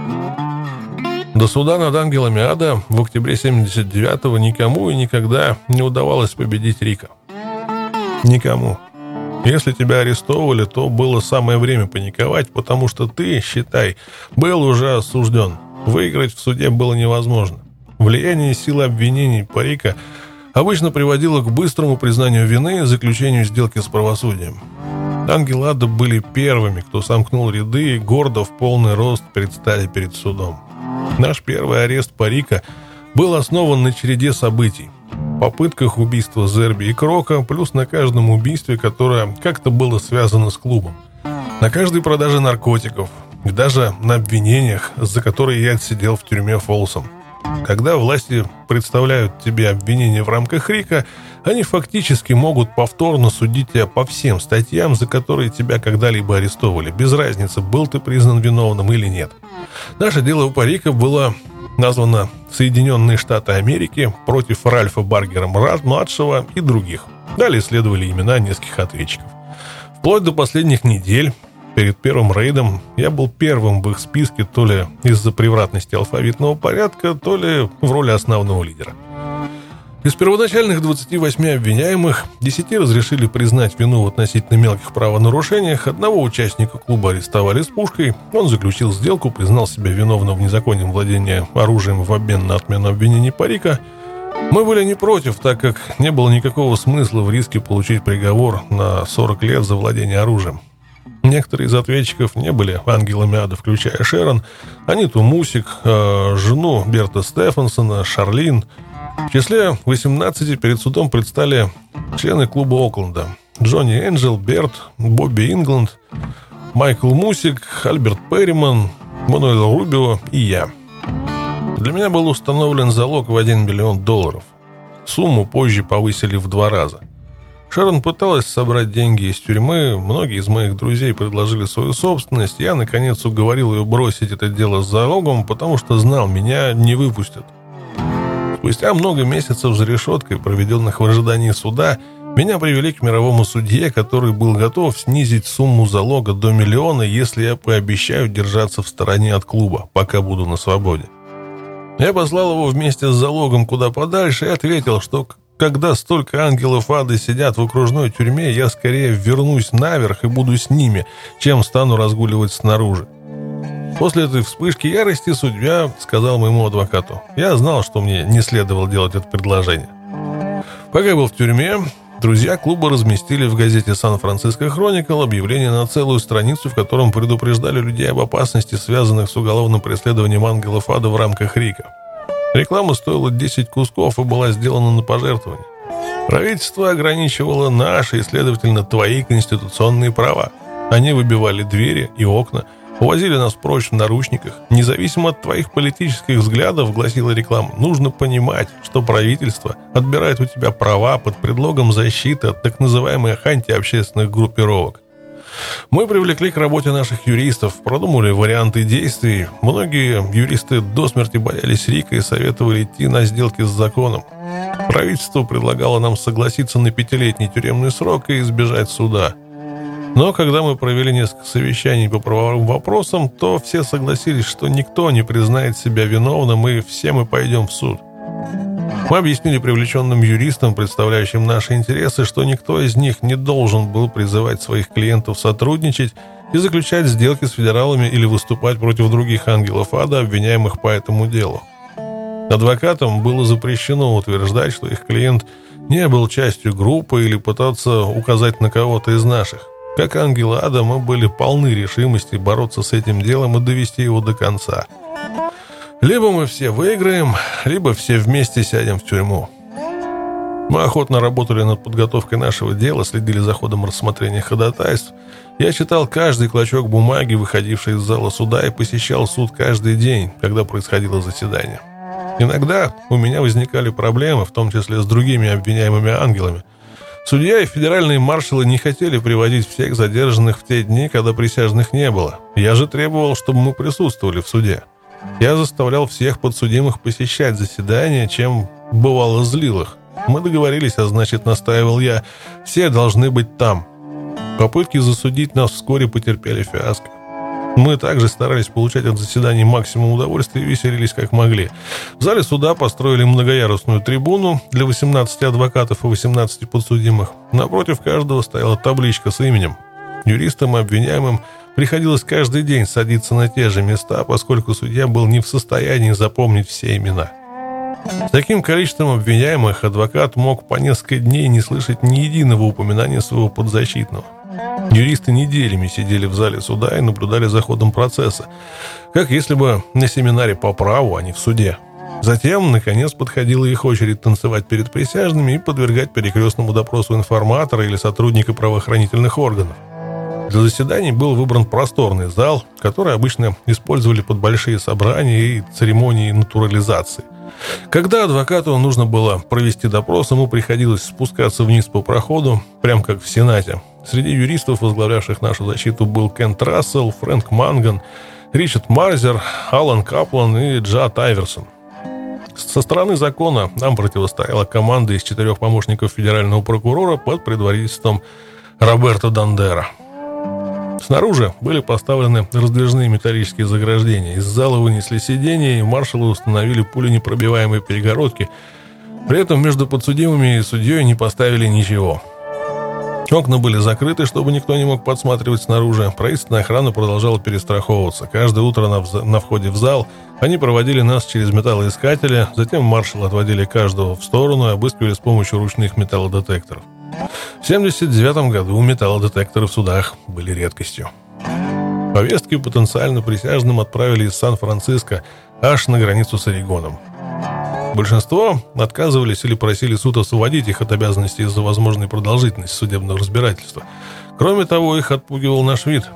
До суда над ангелами Ада в октябре семьдесят девятого никому и никогда не удавалось победить Рика. Никому. Если тебя арестовывали, то было самое время паниковать, потому что ты, считай, был уже осужден. Выиграть в суде было невозможно. Влияние и сила обвинений по Рика обычно приводило к быстрому признанию вины и заключению сделки с правосудием. Ангелы Ада были первыми, кто сомкнул ряды и гордо в полный рост предстали перед судом. Наш первый арест по Рика был основан на череде событий. Попытках убийства Зерби и Крока, плюс на каждом убийстве, которое как-то было связано с клубом. На каждой продаже наркотиков, и даже на обвинениях, за которые я отсидел в тюрьме Фолсом. Когда власти представляют тебе обвинения в рамках Рика, они фактически могут повторно судить тебя по всем статьям, за которые тебя когда-либо арестовывали, без разницы, был ты признан виновным или нет. Наше дело по Рико было названо «Соединенные Штаты Америки против Ральфа Баргера-младшего» и других. Далее следовали имена нескольких ответчиков. Вплоть до последних недель, перед первым рейдом, я был первым в их списке то ли из-за превратности алфавитного порядка, то ли в роли основного лидера. Из первоначальных двадцати восьми обвиняемых десяти разрешили признать вину в относительно мелких правонарушениях, одного участника клуба арестовали с пушкой, он заключил сделку, признал себя виновным в незаконном владении оружием в обмен на отмену обвинений по Рико. Мы были не против, так как не было никакого смысла в риске получить приговор на сорок лет за владение оружием. Некоторые из ответчиков не были ангелами Ада, включая Шерон, Аниту Мусик, э, жену Берта Стефансона, Шарлин. В числе восемнадцати перед судом предстали члены клуба Окленда: Джонни Энджел, Берт, Бобби Ингланд. Майкл Мусик, Альберт Перриман, Мануэль Рубио и я. Для меня был установлен залог в один миллион долларов. Сумму позже повысили в два раза. Шерон пыталась собрать деньги из тюрьмы, многие из моих друзей предложили свою собственность. Я, наконец, уговорил ее бросить это дело с залогом, потому что знал, меня не выпустят. Спустя много месяцев за решеткой, проведенных в ожидании суда, меня привели к мировому судье, который был готов снизить сумму залога до миллиона, если я пообещаю держаться в стороне от клуба, пока буду на свободе. Я послал его вместе с залогом куда подальше и ответил, что когда столько ангелов ада сидят в окружной тюрьме, я скорее вернусь наверх и буду с ними, чем стану разгуливать снаружи. После этой вспышки ярости судья сказал моему адвокату: я знал, что мне не следовало делать это предложение. Пока я был в тюрьме, друзья клуба разместили в газете «Сан-Франциско Хроникл» объявление на целую страницу, в котором предупреждали людей об опасности, связанных с уголовным преследованием ангелов ада в рамках РИКО. Реклама стоила десять кусков и была сделана на пожертвование. Правительство ограничивало наши и, следовательно, твои конституционные права. Они выбивали двери и окна, увозили нас прочь в наручниках. Независимо от твоих политических взглядов, гласила реклама, нужно понимать, что правительство отбирает у тебя права под предлогом защиты от так называемых антиобщественных группировок. Мы привлекли к работе наших юристов, продумали варианты действий. Многие юристы до смерти боялись РИКО и советовали идти на сделки с законом. Правительство предлагало нам согласиться на пятилетний тюремный срок и избежать суда. Но когда мы провели несколько совещаний по правовым вопросам, то все согласились, что никто не признает себя виновным, и все мы пойдем в суд. Мы объяснили привлеченным юристам, представляющим наши интересы, что никто из них не должен был призывать своих клиентов сотрудничать и заключать сделки с федералами или выступать против других ангелов ада, обвиняемых по этому делу. Адвокатам было запрещено утверждать, что их клиент не был частью группы или пытаться указать на кого-то из наших. Как ангелы ада, мы были полны решимости бороться с этим делом и довести его до конца. Либо мы все выиграем, либо все вместе сядем в тюрьму. Мы охотно работали над подготовкой нашего дела, следили за ходом рассмотрения ходатайств. Я читал каждый клочок бумаги, выходивший из зала суда, и посещал суд каждый день, когда происходило заседание. Иногда у меня возникали проблемы, в том числе с другими обвиняемыми ангелами. Судья и федеральные маршалы не хотели приводить всех задержанных в те дни, когда присяжных не было. Я же требовал, чтобы мы присутствовали в суде. Я заставлял всех подсудимых посещать заседания, чем бывало злил их. Мы договорились, а значит, настаивал я, все должны быть там. Попытки засудить нас вскоре потерпели фиаско. Мы также старались получать от заседаний максимум удовольствия и веселились как могли. В зале суда построили многоярусную трибуну для восемнадцати адвокатов и восемнадцати подсудимых. Напротив каждого стояла табличка с именем. Юристам и обвиняемым приходилось каждый день садиться на те же места, поскольку судья был не в состоянии запомнить все имена. С таким количеством обвиняемых адвокат мог по несколько дней не слышать ни единого упоминания своего подзащитного. Юристы неделями сидели в зале суда и наблюдали за ходом процесса, как если бы на семинаре по праву, а не в суде. Затем, наконец, подходила их очередь танцевать перед присяжными и подвергать перекрестному допросу информатора или сотрудника правоохранительных органов. Для заседаний был выбран просторный зал, который обычно использовали под большие собрания и церемонии натурализации. Когда адвокату нужно было провести допрос, ему приходилось спускаться вниз по проходу, прямо как в Сенате. Среди юристов, возглавлявших нашу защиту, был Кент Рассел, Фрэнк Манган, Ричард Марзер, Алан Каплан и Джад Айверсон. Со стороны закона нам противостояла команда из четырех помощников федерального прокурора под предводительством Роберто Дандера. Снаружи были поставлены раздвижные металлические заграждения. Из зала вынесли сиденья, и маршалы установили пуленепробиваемые перегородки. При этом между подсудимыми и судьей не поставили ничего. Окна были закрыты, чтобы никто не мог подсматривать снаружи. Правительственная охрана продолжала перестраховываться. Каждое утро на, вз... на входе в зал они проводили нас через металлоискатели, затем маршалы отводили каждого в сторону и обыскивали с помощью ручных металлодетекторов. В семьдесят девятом году металлодетекторы в судах были редкостью. Повестки потенциально присяжным отправили из Сан-Франциско аж на границу с Орегоном. Большинство отказывались или просили суд освободить их от обязанностей из-за возможной продолжительности судебного разбирательства. Кроме того, их отпугивал наш вид.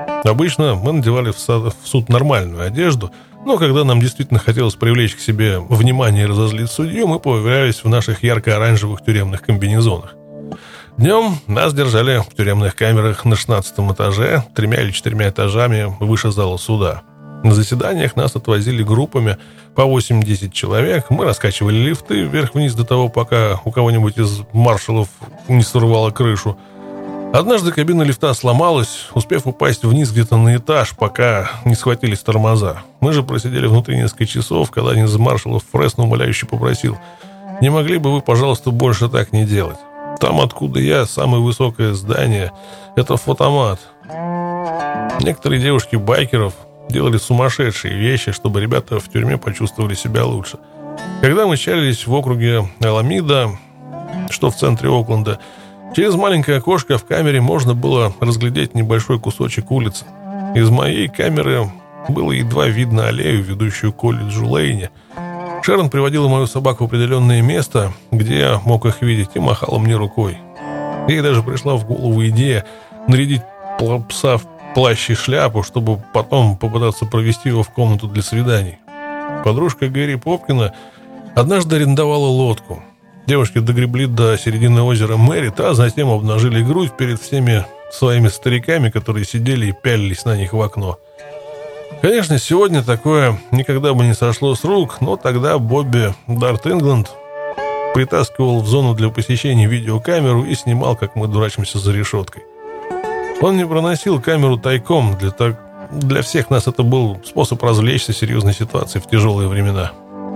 Обычно мы надевали в суд нормальную одежду, но когда нам действительно хотелось привлечь к себе внимание и разозлить судью, мы появлялись в наших ярко-оранжевых тюремных комбинезонах. Днем нас держали в тюремных камерах на шестнадцатом этаже, тремя или четырьмя этажами выше зала суда. На заседаниях нас отвозили группами по восемь-десять человек. Мы раскачивали лифты вверх-вниз до того, пока у кого-нибудь из маршалов не сорвало крышу. Однажды кабина лифта сломалась, успев упасть вниз где-то на этаж, пока не схватились тормоза. Мы же просидели внутри несколько часов, когда один из маршалов Фресно умоляюще попросил: «Не могли бы вы, пожалуйста, больше так не делать? Там, откуда я, самое высокое здание — это фотомат». Некоторые девушки байкеров делали сумасшедшие вещи, чтобы ребята в тюрьме почувствовали себя лучше. Когда мы чалились в округе Аламида, что в центре Окленда, через маленькое окошко в камере можно было разглядеть небольшой кусочек улицы. Из моей камеры было едва видно аллею, ведущую к колледжу Лейни. Шерон приводила мою собаку в определенное место, где я мог их видеть, и махала мне рукой. Ей даже пришла в голову идея нарядить пса в плащ и шляпу, чтобы потом попытаться провести его в комнату для свиданий. Подружка Гэри Попкина однажды арендовала лодку. Девушки догребли до середины озера Мэрит, а затем обнажили грудь перед всеми своими стариками, которые сидели и пялились на них в окно. Конечно, сегодня такое никогда бы не сошло с рук, но тогда Бобби Дарт Ингланд притаскивал в зону для посещения видеокамеру и снимал, как мы дурачимся за решеткой. Он не проносил камеру тайком. Для, так... для всех нас это был способ развлечься в серьезной ситуации в тяжелые времена.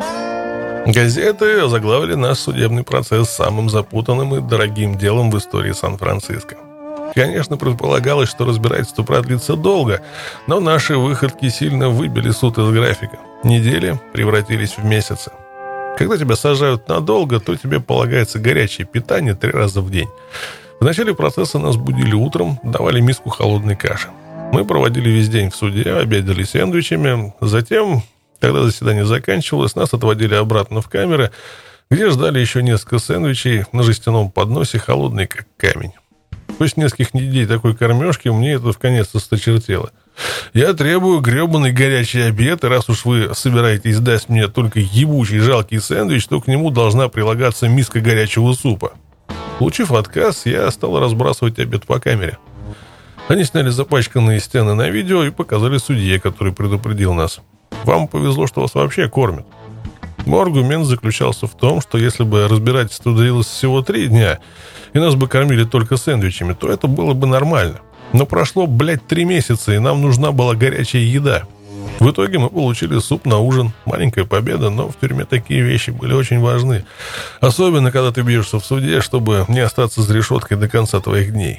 Газеты озаглавили наш судебный процесс самым запутанным и дорогим делом в истории Сан-Франциско. Конечно, предполагалось, что разбирательство продлится долго, но наши выходки сильно выбили суд из графика. Недели превратились в месяцы. Когда тебя сажают надолго, то тебе полагается горячее питание три раза в день. В начале процесса нас будили утром, давали миску холодной каши. Мы проводили весь день в суде, обедали сэндвичами. Затем, когда заседание заканчивалось, нас отводили обратно в камеры, где ждали еще несколько сэндвичей на жестяном подносе, холодный как камень. После нескольких недель такой кормежки мне это вконец осточертело. Я требую гребаный горячий обед, и раз уж вы собираетесь дать мне только ебучий жалкий сэндвич, то к нему должна прилагаться миска горячего супа. Получив отказ, я стал разбрасывать обед по камере. Они сняли запачканные стены на видео и показали судье, который предупредил нас: «Вам повезло, что вас вообще кормят». Мой аргумент заключался в том, что если бы разбирательство длилось всего три дня, и нас бы кормили только сэндвичами, то это было бы нормально. Но прошло, блядь, три месяца, и нам нужна была горячая еда. В итоге мы получили суп на ужин. Маленькая победа, но в тюрьме такие вещи были очень важны. Особенно, когда ты бьешься в суде, чтобы не остаться за решеткой до конца твоих дней.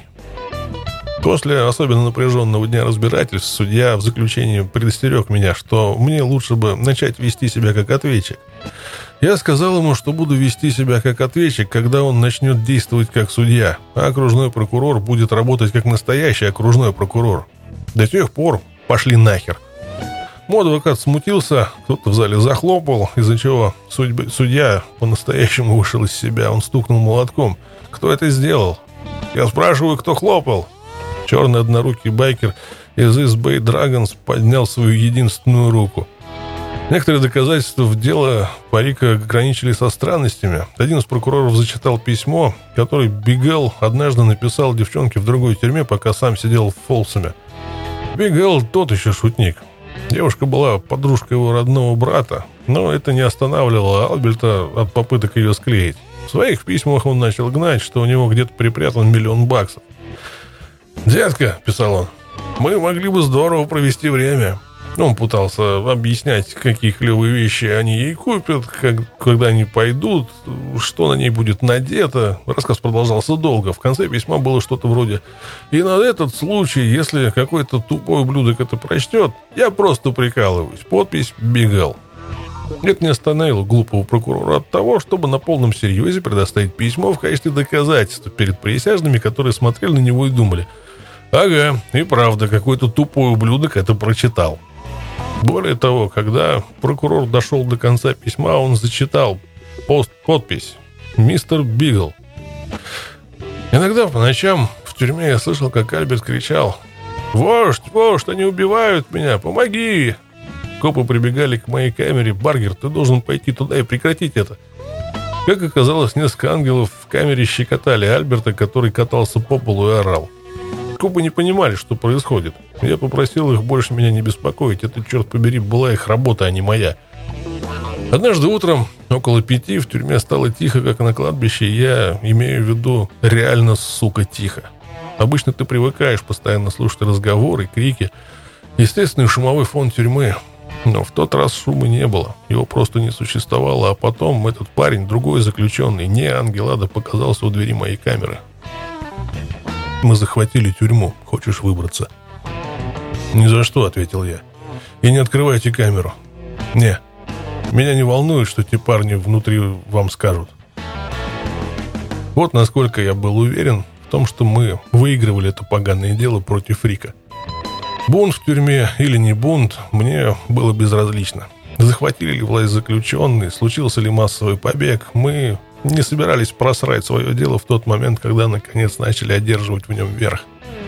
После особенно напряженного дня разбирательств судья в заключении предостерег меня, что мне лучше бы начать вести себя как ответчик. Я сказал ему, что буду вести себя как ответчик, когда он начнет действовать как судья, а окружной прокурор будет работать как настоящий окружной прокурор. До тех пор пошли нахер. Мой адвокат смутился, кто-то в зале захлопал, из-за чего судьба, судья по-настоящему вышел из себя. Он стукнул молотком. «Кто это сделал?» «Я спрашиваю, кто хлопал?» Черный однорукий байкер из East Bay Dragons поднял свою единственную руку. Некоторые доказательства в дело Парика ограничили со странностями. Один из прокуроров зачитал письмо, которое Бигел однажды написал девчонке в другой тюрьме, пока сам сидел в Фолсаме. Бигел тот еще шутник. Девушка была подружкой его родного брата, но это не останавливало Альберта от попыток ее склеить. В своих письмах он начал гнать, что у него где-то припрятан миллион баксов. «Детка», — писал он, — «мы могли бы здорово провести время». Он пытался объяснять, какие клевые вещи они ей купят, как, когда они пойдут, что на ней будет надето. Рассказ продолжался долго. В конце письма было что-то вроде: «И на этот случай, если какой-то тупой ублюдок это прочтет, я просто прикалываюсь. Подпись Бигел». Это не остановило глупого прокурора от того, чтобы на полном серьезе предоставить письмо в качестве доказательства перед присяжными, которые смотрели на него и думали: «Ага, и правда, какой-то тупой ублюдок это прочитал». Более того, когда прокурор дошел до конца письма, он зачитал пост подпись «Мистер Бигл». Иногда по ночам в тюрьме я слышал, как Альберт кричал: «Вождь, вождь, они убивают меня! Помоги!» Копы прибегали к моей камере. «Баргер, ты должен пойти туда и прекратить это!» Как оказалось, несколько ангелов в камере щекотали Альберта, который катался по полу и орал. Копы не понимали, что происходит. Я попросил их больше меня не беспокоить. Это, черт побери, была их работа, а не моя. Однажды утром, около пяти, в тюрьме стало тихо, как на кладбище. Я имею в виду реально, сука, тихо. Обычно ты привыкаешь постоянно слушать разговоры, крики, естественный шумовой фон тюрьмы. Но в тот раз шума не было. Его просто не существовало. А потом этот парень, другой заключенный, не ангел ада, показался у двери моей камеры. «Мы захватили тюрьму. Хочешь выбраться?» «Ни за что», — ответил я. «И не открывайте камеру». «Не. Меня не волнует, что те парни внутри вам скажут». Вот насколько я был уверен в том, что мы выигрывали это поганое дело против Рика. Бунт в тюрьме или не бунт, мне было безразлично. Захватили ли власть заключенные, случился ли массовый побег, мы не собирались просрать свое дело в тот момент, когда наконец начали одерживать в нем верх.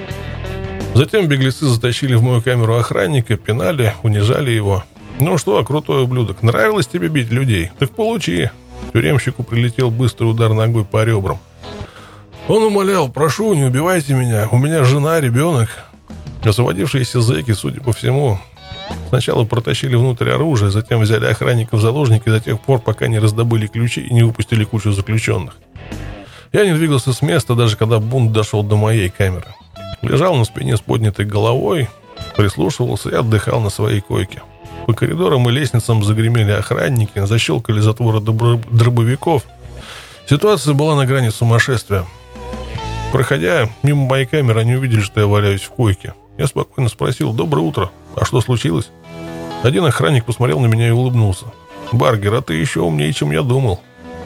Затем беглецы затащили в мою камеру охранника, пинали, унижали его. «Ну что, крутой ублюдок, нравилось тебе бить людей? Так получи!» Тюремщику прилетел быстрый удар ногой по ребрам. Он умолял: «Прошу, не убивайте меня, у меня жена, ребенок». Освободившиеся зэки, судя по всему, сначала протащили внутрь оружие, затем взяли охранника в заложники до тех пор, пока не раздобыли ключи и не выпустили кучу заключенных. Я не двигался с места, даже когда бунт дошел до моей камеры. Лежал на спине с поднятой головой, прислушивался и отдыхал на своей койке. По коридорам и лестницам загремели охранники, защелкали затворы дробовиков. Ситуация была на грани сумасшествия. Проходя мимо моей камеры, они увидели, что я валяюсь в койке. Я спокойно спросил: «Доброе утро. А что случилось?» Один охранник посмотрел на меня и улыбнулся. «Баргер, а ты еще умнее, чем я думал».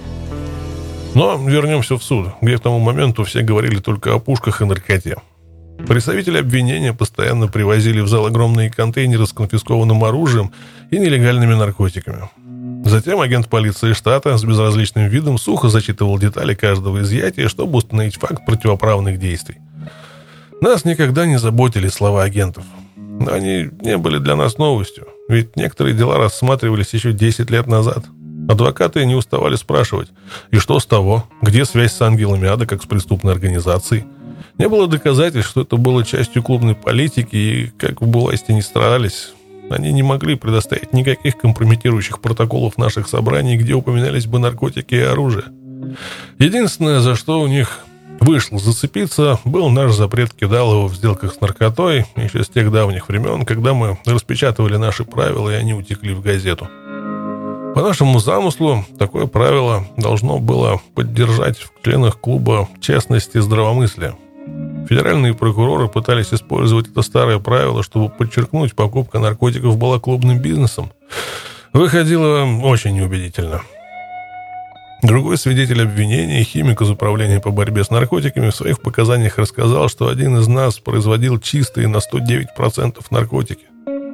Но вернемся в суд, где к тому моменту все говорили только о пушках и наркоте. Представители обвинения постоянно привозили в зал огромные контейнеры с конфискованным оружием и нелегальными наркотиками. Затем агент полиции штата с безразличным видом сухо зачитывал детали каждого изъятия, чтобы установить факт противоправных действий. Нас никогда не заботили слова агентов. Но они не были для нас новостью, ведь некоторые дела рассматривались еще десять лет назад. Адвокаты не уставали спрашивать: «И что с того? Где связь с ангелами ада, как с преступной организацией?» Не было доказательств, что это было частью клубной политики, и, как в власти не старались, они не могли предоставить никаких компрометирующих протоколов наших собраний, где упоминались бы наркотики и оружие. Единственное, за что у них вышло зацепиться, был наш запрет кидалова в сделках с наркотой еще с тех давних времен, когда мы распечатывали наши правила, и они утекли в газету. По нашему замыслу, такое правило должно было поддержать в членах клуба честность и здравомыслие. Федеральные прокуроры пытались использовать это старое правило, чтобы подчеркнуть, покупка наркотиков была клубным бизнесом. Выходило очень неубедительно. Другой свидетель обвинения, химик из управления по борьбе с наркотиками, в своих показаниях рассказал, что один из нас производил чистые на сто девять процентов наркотики.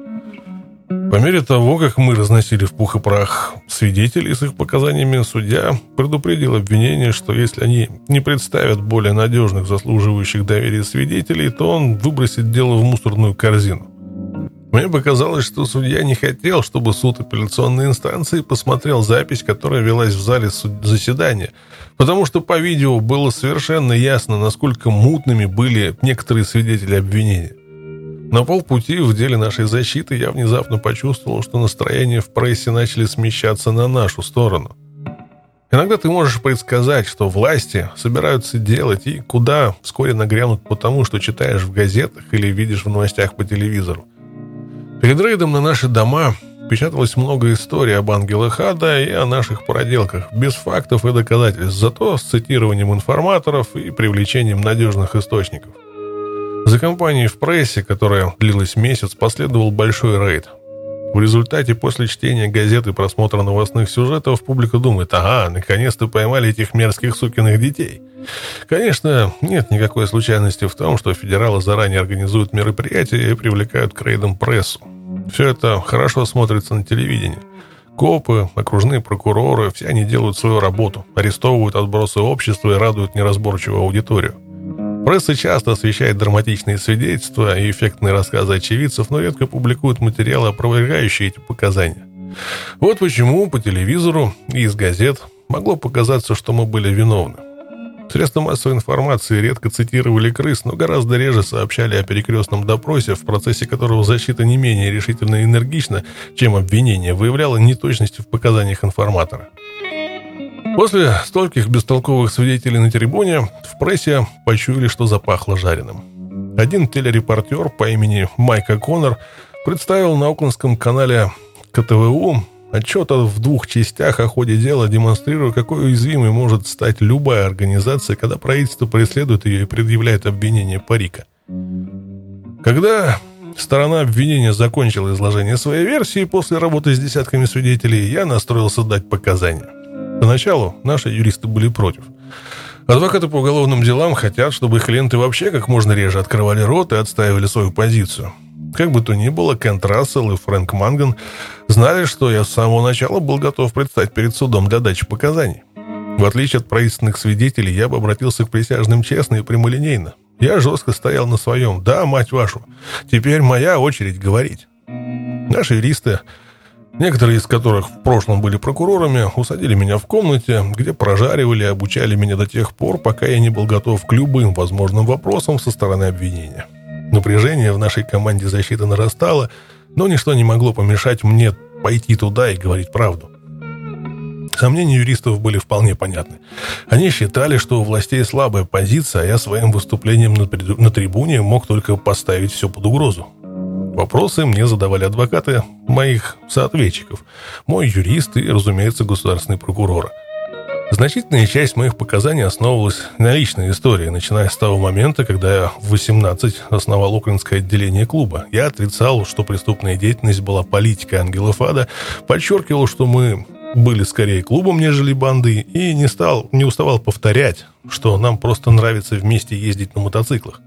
По мере того, как мы разносили в пух и прах свидетелей с их показаниями, судья предупредил обвинение, что если они не представят более надежных, заслуживающих доверия свидетелей, то он выбросит дело в мусорную корзину. Мне показалось, что судья не хотел, чтобы суд апелляционной инстанции посмотрел запись, которая велась в зале заседания, потому что по видео было совершенно ясно, насколько мутными были некоторые свидетели обвинения. На полпути в деле нашей защиты я внезапно почувствовал, что настроения в прессе начали смещаться на нашу сторону. Иногда ты можешь предсказать, что власти собираются делать и куда вскоре нагрянут потому, что читаешь в газетах или видишь в новостях по телевизору. Перед рейдом на наши дома печаталось много историй об ангелах ада и о наших проделках, без фактов и доказательств, зато с цитированием информаторов и привлечением надежных источников. За кампанией в прессе, которая длилась месяц, последовал большой рейд. В результате, после чтения газет и просмотра новостных сюжетов, публика думает: «Ага, наконец-то поймали этих мерзких сукиных детей». Конечно, нет никакой случайности в том, что федералы заранее организуют мероприятия и привлекают к рейдам прессу. Все это хорошо смотрится на телевидении. Копы, окружные прокуроры, все они делают свою работу, арестовывают отбросы общества и радуют неразборчивую аудиторию. Пресса часто освещает драматичные свидетельства и эффектные рассказы очевидцев, но редко публикует материалы, опровергающие эти показания. Вот почему по телевизору и из газет могло показаться, что мы были виновны. Средства массовой информации редко цитировали крыс, но гораздо реже сообщали о перекрестном допросе, в процессе которого защита не менее решительно и энергично, чем обвинение, выявляла неточности в показаниях информатора. После стольких бестолковых свидетелей на трибуне в прессе почуяли, что запахло жареным. Один телерепортер по имени Майк О'Коннор представил на оклендском канале ка тэ вэ у отчет в двух частях о ходе дела, демонстрируя, какой уязвимой может стать любая организация, когда правительство преследует ее и предъявляет обвинение по рико. Когда сторона обвинения закончила изложение своей версии, после работы с десятками свидетелей, я настроился дать показания. Поначалу наши юристы были против. Адвокаты по уголовным делам хотят, чтобы их клиенты вообще как можно реже открывали рот и отстаивали свою позицию. Как бы то ни было, Кент Рассел и Фрэнк Манган знали, что я с самого начала был готов предстать перед судом для дачи показаний. В отличие от правительственных свидетелей, я бы обратился к присяжным честно и прямолинейно. Я жестко стоял на своем. Да, мать вашу, теперь моя очередь говорить. Наши юристы, некоторые из которых в прошлом были прокурорами, усадили меня в комнате, где прожаривали и обучали меня до тех пор, пока я не был готов к любым возможным вопросам со стороны обвинения. Напряжение в нашей команде защиты нарастало, но ничто не могло помешать мне пойти туда и говорить правду. Сомнения юристов были вполне понятны. Они считали, что у властей слабая позиция, а я своим выступлением на, при... на трибуне мог только поставить все под угрозу. Вопросы мне задавали адвокаты моих соответчиков, мой юрист и, разумеется, государственный прокурор. Значительная часть моих показаний основывалась на личной истории, начиная с того момента, когда я в восемнадцать основал оклендское отделение клуба. Я отрицал, что преступная деятельность была политикой ангелов ада, подчеркивал, что мы были скорее клубом, нежели бандой, и не стал, не уставал повторять, что нам просто нравится вместе ездить на мотоциклах.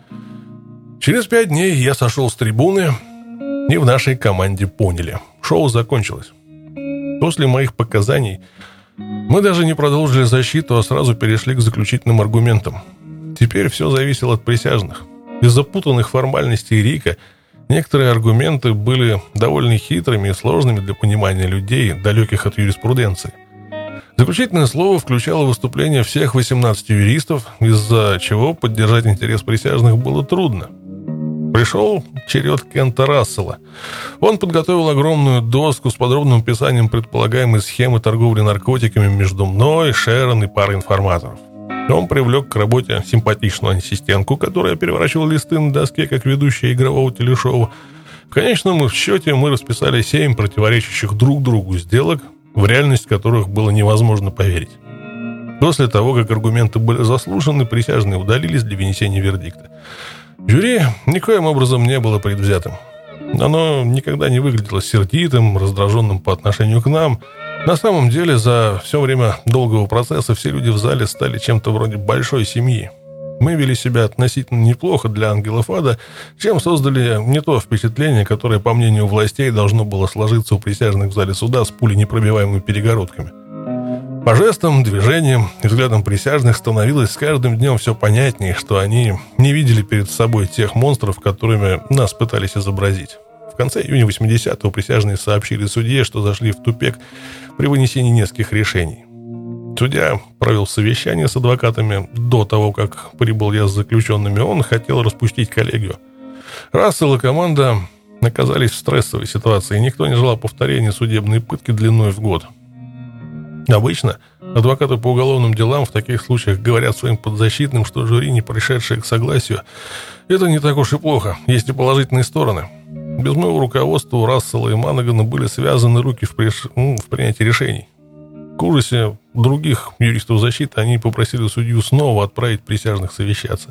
Через пять дней я сошел с трибуны, и в нашей команде поняли. Шоу закончилось. После моих показаний мы даже не продолжили защиту, а сразу перешли к заключительным аргументам. Теперь все зависело от присяжных. Из запутанных формальностей рико некоторые аргументы были довольно хитрыми и сложными для понимания людей, далеких от юриспруденции. Заключительное слово включало выступление всех восемнадцати юристов, из-за чего поддержать интерес присяжных было трудно. Пришел черед Кента Рассела. Он подготовил огромную доску с подробным описанием предполагаемой схемы торговли наркотиками между мной, Шерон и парой информаторов. Он привлек к работе симпатичную ассистентку, которая переворачивала листы на доске, как ведущая игрового телешоу. В конечном счете мы расписали семь противоречащих друг другу сделок, в реальность которых было невозможно поверить. После того, как аргументы были заслушаны, присяжные удалились для вынесения вердикта. Жюри никоим образом не было предвзятым. Оно никогда не выглядело сердитым, раздраженным по отношению к нам. На самом деле, за все время долгого процесса все люди в зале стали чем-то вроде большой семьи. Мы вели себя относительно неплохо для ангелов ада, чем создали не то впечатление, которое, по мнению властей, должно было сложиться у присяжных в зале суда с пуленепробиваемыми перегородками. По жестам, движениям и взглядам присяжных становилось с каждым днем все понятнее, что они не видели перед собой тех монстров, которыми нас пытались изобразить. В конце июня восьмидесятого присяжные сообщили судье, что зашли в тупик при вынесении нескольких решений. Судья провел совещание с адвокатами. До того, как прибыл я с заключенными, он хотел распустить коллегию. Рассел и команда оказались в стрессовой ситуации, и никто не желал повторения судебной пытки длиной в год. Обычно адвокаты по уголовным делам в таких случаях говорят своим подзащитным, что жюри, не пришедшее к согласию, это не так уж и плохо, есть и положительные стороны. Без моего руководства у Рассела и Манагана были связаны руки в, приш... ну, в принятии решений. К ужасе других юристов защиты они попросили судью снова отправить присяжных совещаться.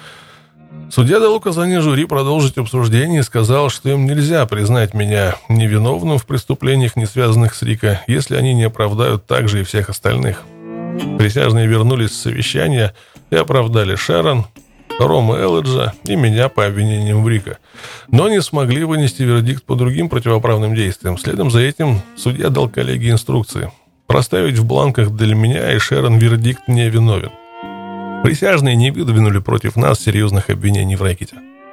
Судья дал указание жюри продолжить обсуждение и сказал, что им нельзя признать меня невиновным в преступлениях, не связанных с рико, если они не оправдают также и всех остальных. Присяжные вернулись с совещания и оправдали Шерон, Рома Элледжа и меня по обвинениям в рико, но не смогли вынести вердикт по другим противоправным действиям. Следом за этим судья дал коллегии инструкции проставить в бланках для меня и Шерон вердикт «невиновен». Присяжные не выдвинули против нас серьезных обвинений в рэкете.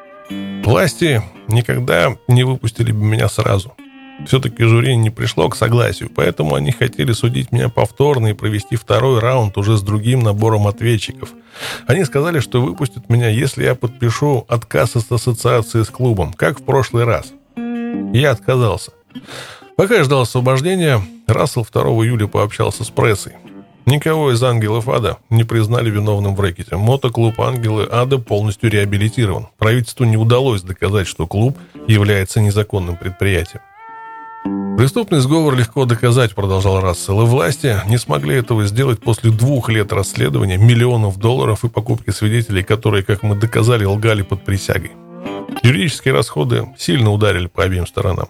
Власти никогда не выпустили бы меня сразу. Все-таки жюри не пришло к согласию, поэтому они хотели судить меня повторно и провести второй раунд уже с другим набором ответчиков. Они сказали, что выпустят меня, если я подпишу отказ от ассоциации с клубом, как в прошлый раз. Я отказался. Пока я ждал освобождения, Рассел второго июля пообщался с прессой. Никого из ангелов ада не признали виновным в рэкете. Мотоклуб «Ангелы ада» полностью реабилитирован. Правительству не удалось доказать, что клуб является незаконным предприятием. «Преступный сговор легко доказать», — продолжал Рассел, «и власти не смогли этого сделать после двух лет расследования, миллионов долларов и покупки свидетелей, которые, как мы доказали, лгали под присягой. Юридические расходы сильно ударили по обеим сторонам.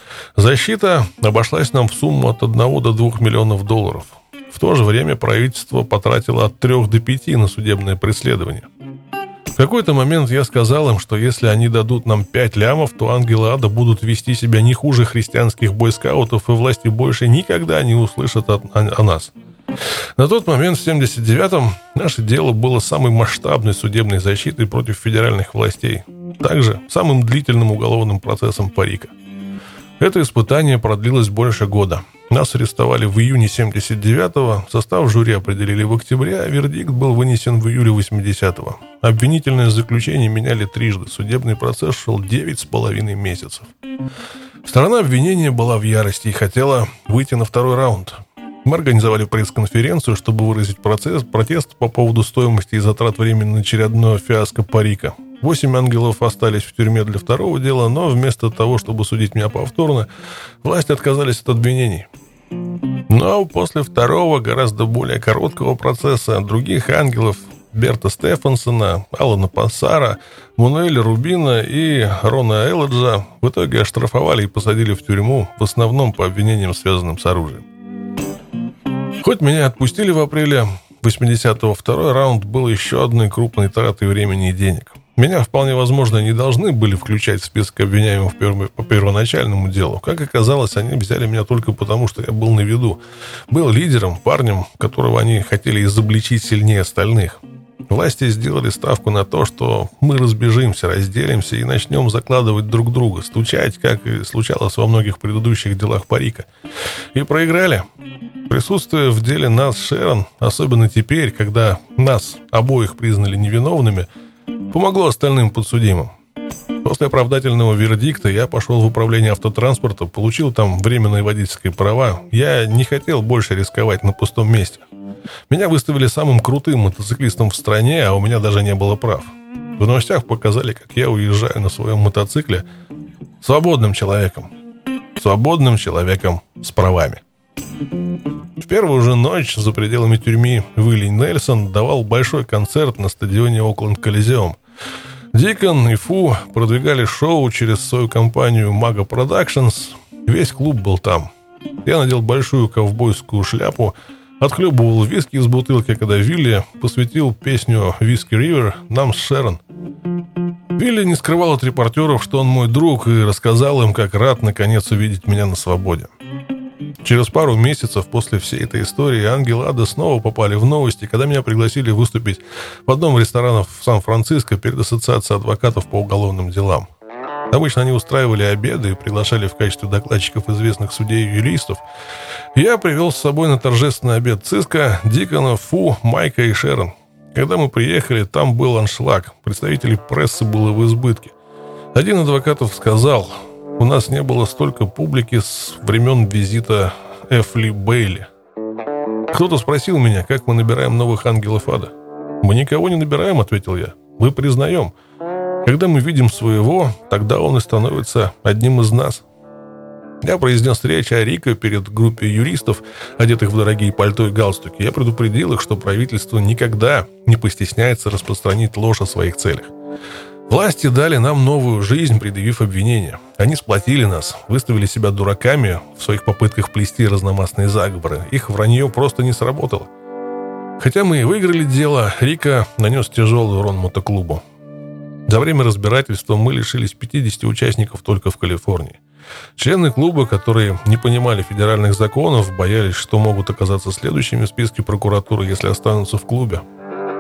Защита обошлась нам в сумму от одного до двух миллионов долларов. В то же время правительство потратило от трех до пяти на судебное преследование. В какой-то момент я сказал им, что если они дадут нам пять лямов, то ангелы ада будут вести себя не хуже христианских бойскаутов, и власти больше никогда не услышат о, о, о нас. На тот момент, в семьдесят девятом, наше дело было самой масштабной судебной защитой против федеральных властей, также самым длительным уголовным процессом по РИКО. Это испытание продлилось больше года. Нас арестовали в июне семьдесят девятого, состав жюри определили в октябре, а вердикт был вынесен в июле восьмидесятого. Обвинительное заключение меняли трижды. Судебный процесс шел девять с половиной месяцев. Сторона обвинения была в ярости и хотела выйти на второй раунд. Мы организовали пресс-конференцию, чтобы выразить процесс, протест по поводу стоимости и затрат времени на очередное фиаско по РИКО. Восемь ангелов остались в тюрьме для второго дела, но вместо того, чтобы судить меня повторно, власти отказались от обвинений. Но после второго, гораздо более короткого процесса других ангелов, Берта Стефансона, Алана Пассара, Мануэля Рубина и Рона Элладжа, в итоге оштрафовали и посадили в тюрьму, в основном по обвинениям, связанным с оружием. Хоть меня отпустили в апреле восьмидесятого, второй раунд был еще одной крупной тратой времени и денег. Меня, вполне возможно, не должны были включать в список обвиняемых по первоначальному делу. Как оказалось, они взяли меня только потому, что я был на виду. Был лидером, парнем, которого они хотели изобличить сильнее остальных. Власти сделали ставку на то, что мы разбежимся, разделимся и начнем закладывать друг друга, стучать, как и случалось во многих предыдущих делах по РИКО. И проиграли. Присутствие в деле нас с Шерон, особенно теперь, когда нас обоих признали невиновными, помогло остальным подсудимым. После оправдательного вердикта я пошел в управление автотранспорта, получил там временные водительские права. Я не хотел больше рисковать на пустом месте. Меня выставили самым крутым мотоциклистом в стране, а у меня даже не было прав. В новостях показали, как я уезжаю на своем мотоцикле свободным человеком. Свободным человеком с правами. В первую же ночь за пределами тюрьмы Уилли Нельсон давал большой концерт на стадионе Окленд Колизеум. Дикон и Фу продвигали шоу через свою компанию Maga Productions. Весь клуб был там. Я надел большую ковбойскую шляпу, отхлебывал виски из бутылки, когда Вилли посвятил песню «Whiskey River» нам с Шерон. Вилли не скрывал от репортеров, что он мой друг, и рассказал им, как рад наконец увидеть меня на свободе. Через пару месяцев после всей этой истории ангелы ада снова попали в новости, когда меня пригласили выступить в одном из ресторанов в Сан-Франциско перед Ассоциацией адвокатов по уголовным делам. Обычно они устраивали обеды и приглашали в качестве докладчиков известных судей и юристов. Я привел с собой на торжественный обед Циска, Дикона, Фу, Майка и Шерон. Когда мы приехали, там был аншлаг. Представителей прессы было в избытке. Один из адвокатов сказал: «У нас не было столько публики с времен визита Эф Ли Бейли». Кто-то спросил меня, как мы набираем новых ангелов ада. «Мы никого не набираем», — ответил я. «Мы признаем. Когда мы видим своего, тогда он и становится одним из нас». Я произнес речь о РИКО перед группой юристов, одетых в дорогие пальто и галстуки. Я предупредил их, что правительство никогда не постесняется распространить ложь о своих целях. Власти дали нам новую жизнь, предъявив обвинения. Они сплотили нас, выставили себя дураками в своих попытках плести разномастные заговоры. Их вранье просто не сработало. Хотя мы и выиграли дело, РИКО нанес тяжелый урон мотоклубу. За время разбирательства мы лишились пятидесяти участников только в Калифорнии. Члены клуба, которые не понимали федеральных законов, боялись, что могут оказаться следующими в списке прокуратуры, если останутся в клубе.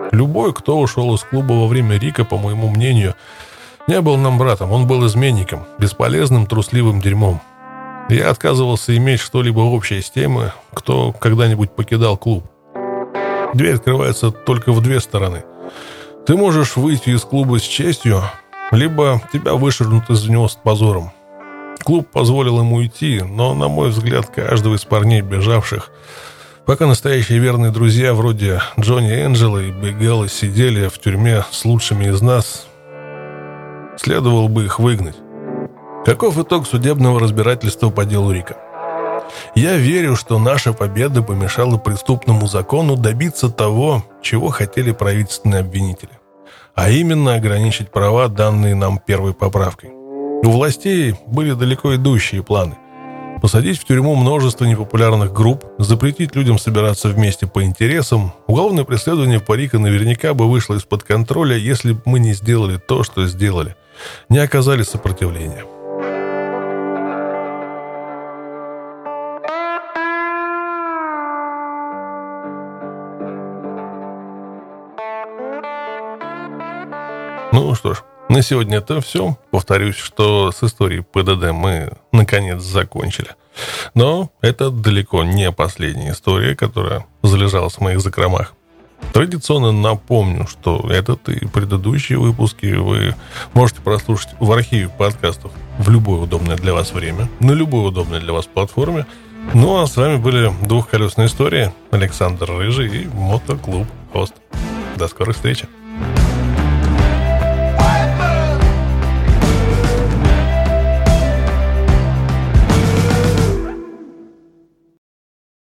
Любой, кто ушел из клуба во время Рика, по моему мнению, не был нам братом. Он был изменником, бесполезным, трусливым дерьмом. Я отказывался иметь что-либо общее с тем, кто когда-нибудь покидал клуб. Дверь открывается только в две стороны. Ты можешь выйти из клуба с честью, либо тебя вышвырнут из него с позором. Клуб позволил ему уйти, но, на мой взгляд, каждого из парней, бежавших, пока настоящие верные друзья вроде Джонни Энджела и Бигела сидели в тюрьме с лучшими из нас, следовало бы их выгнать. Каков итог судебного разбирательства по делу Рика? Я верю, что наша победа помешала преступному закону добиться того, чего хотели правительственные обвинители, а именно ограничить права, данные нам первой поправкой. У властей были далеко идущие планы. Посадить в тюрьму множество непопулярных групп, запретить людям собираться вместе по интересам. Уголовное преследование по Рико наверняка бы вышло из-под контроля, если бы мы не сделали то, что сделали. Не оказали сопротивления. Ну что ж, на сегодня это все. Повторюсь, что с историей ПДД мы наконец закончили. Но это далеко не последняя история, которая залежалась в моих закромах. Традиционно напомню, что этот и предыдущие выпуски вы можете прослушать в архиве подкастов в любое удобное для вас время, на любой удобной для вас платформе. Ну а с вами были «Двухколесные истории», Александр Рыжий и Мотоклуб Хост. До скорой встречи!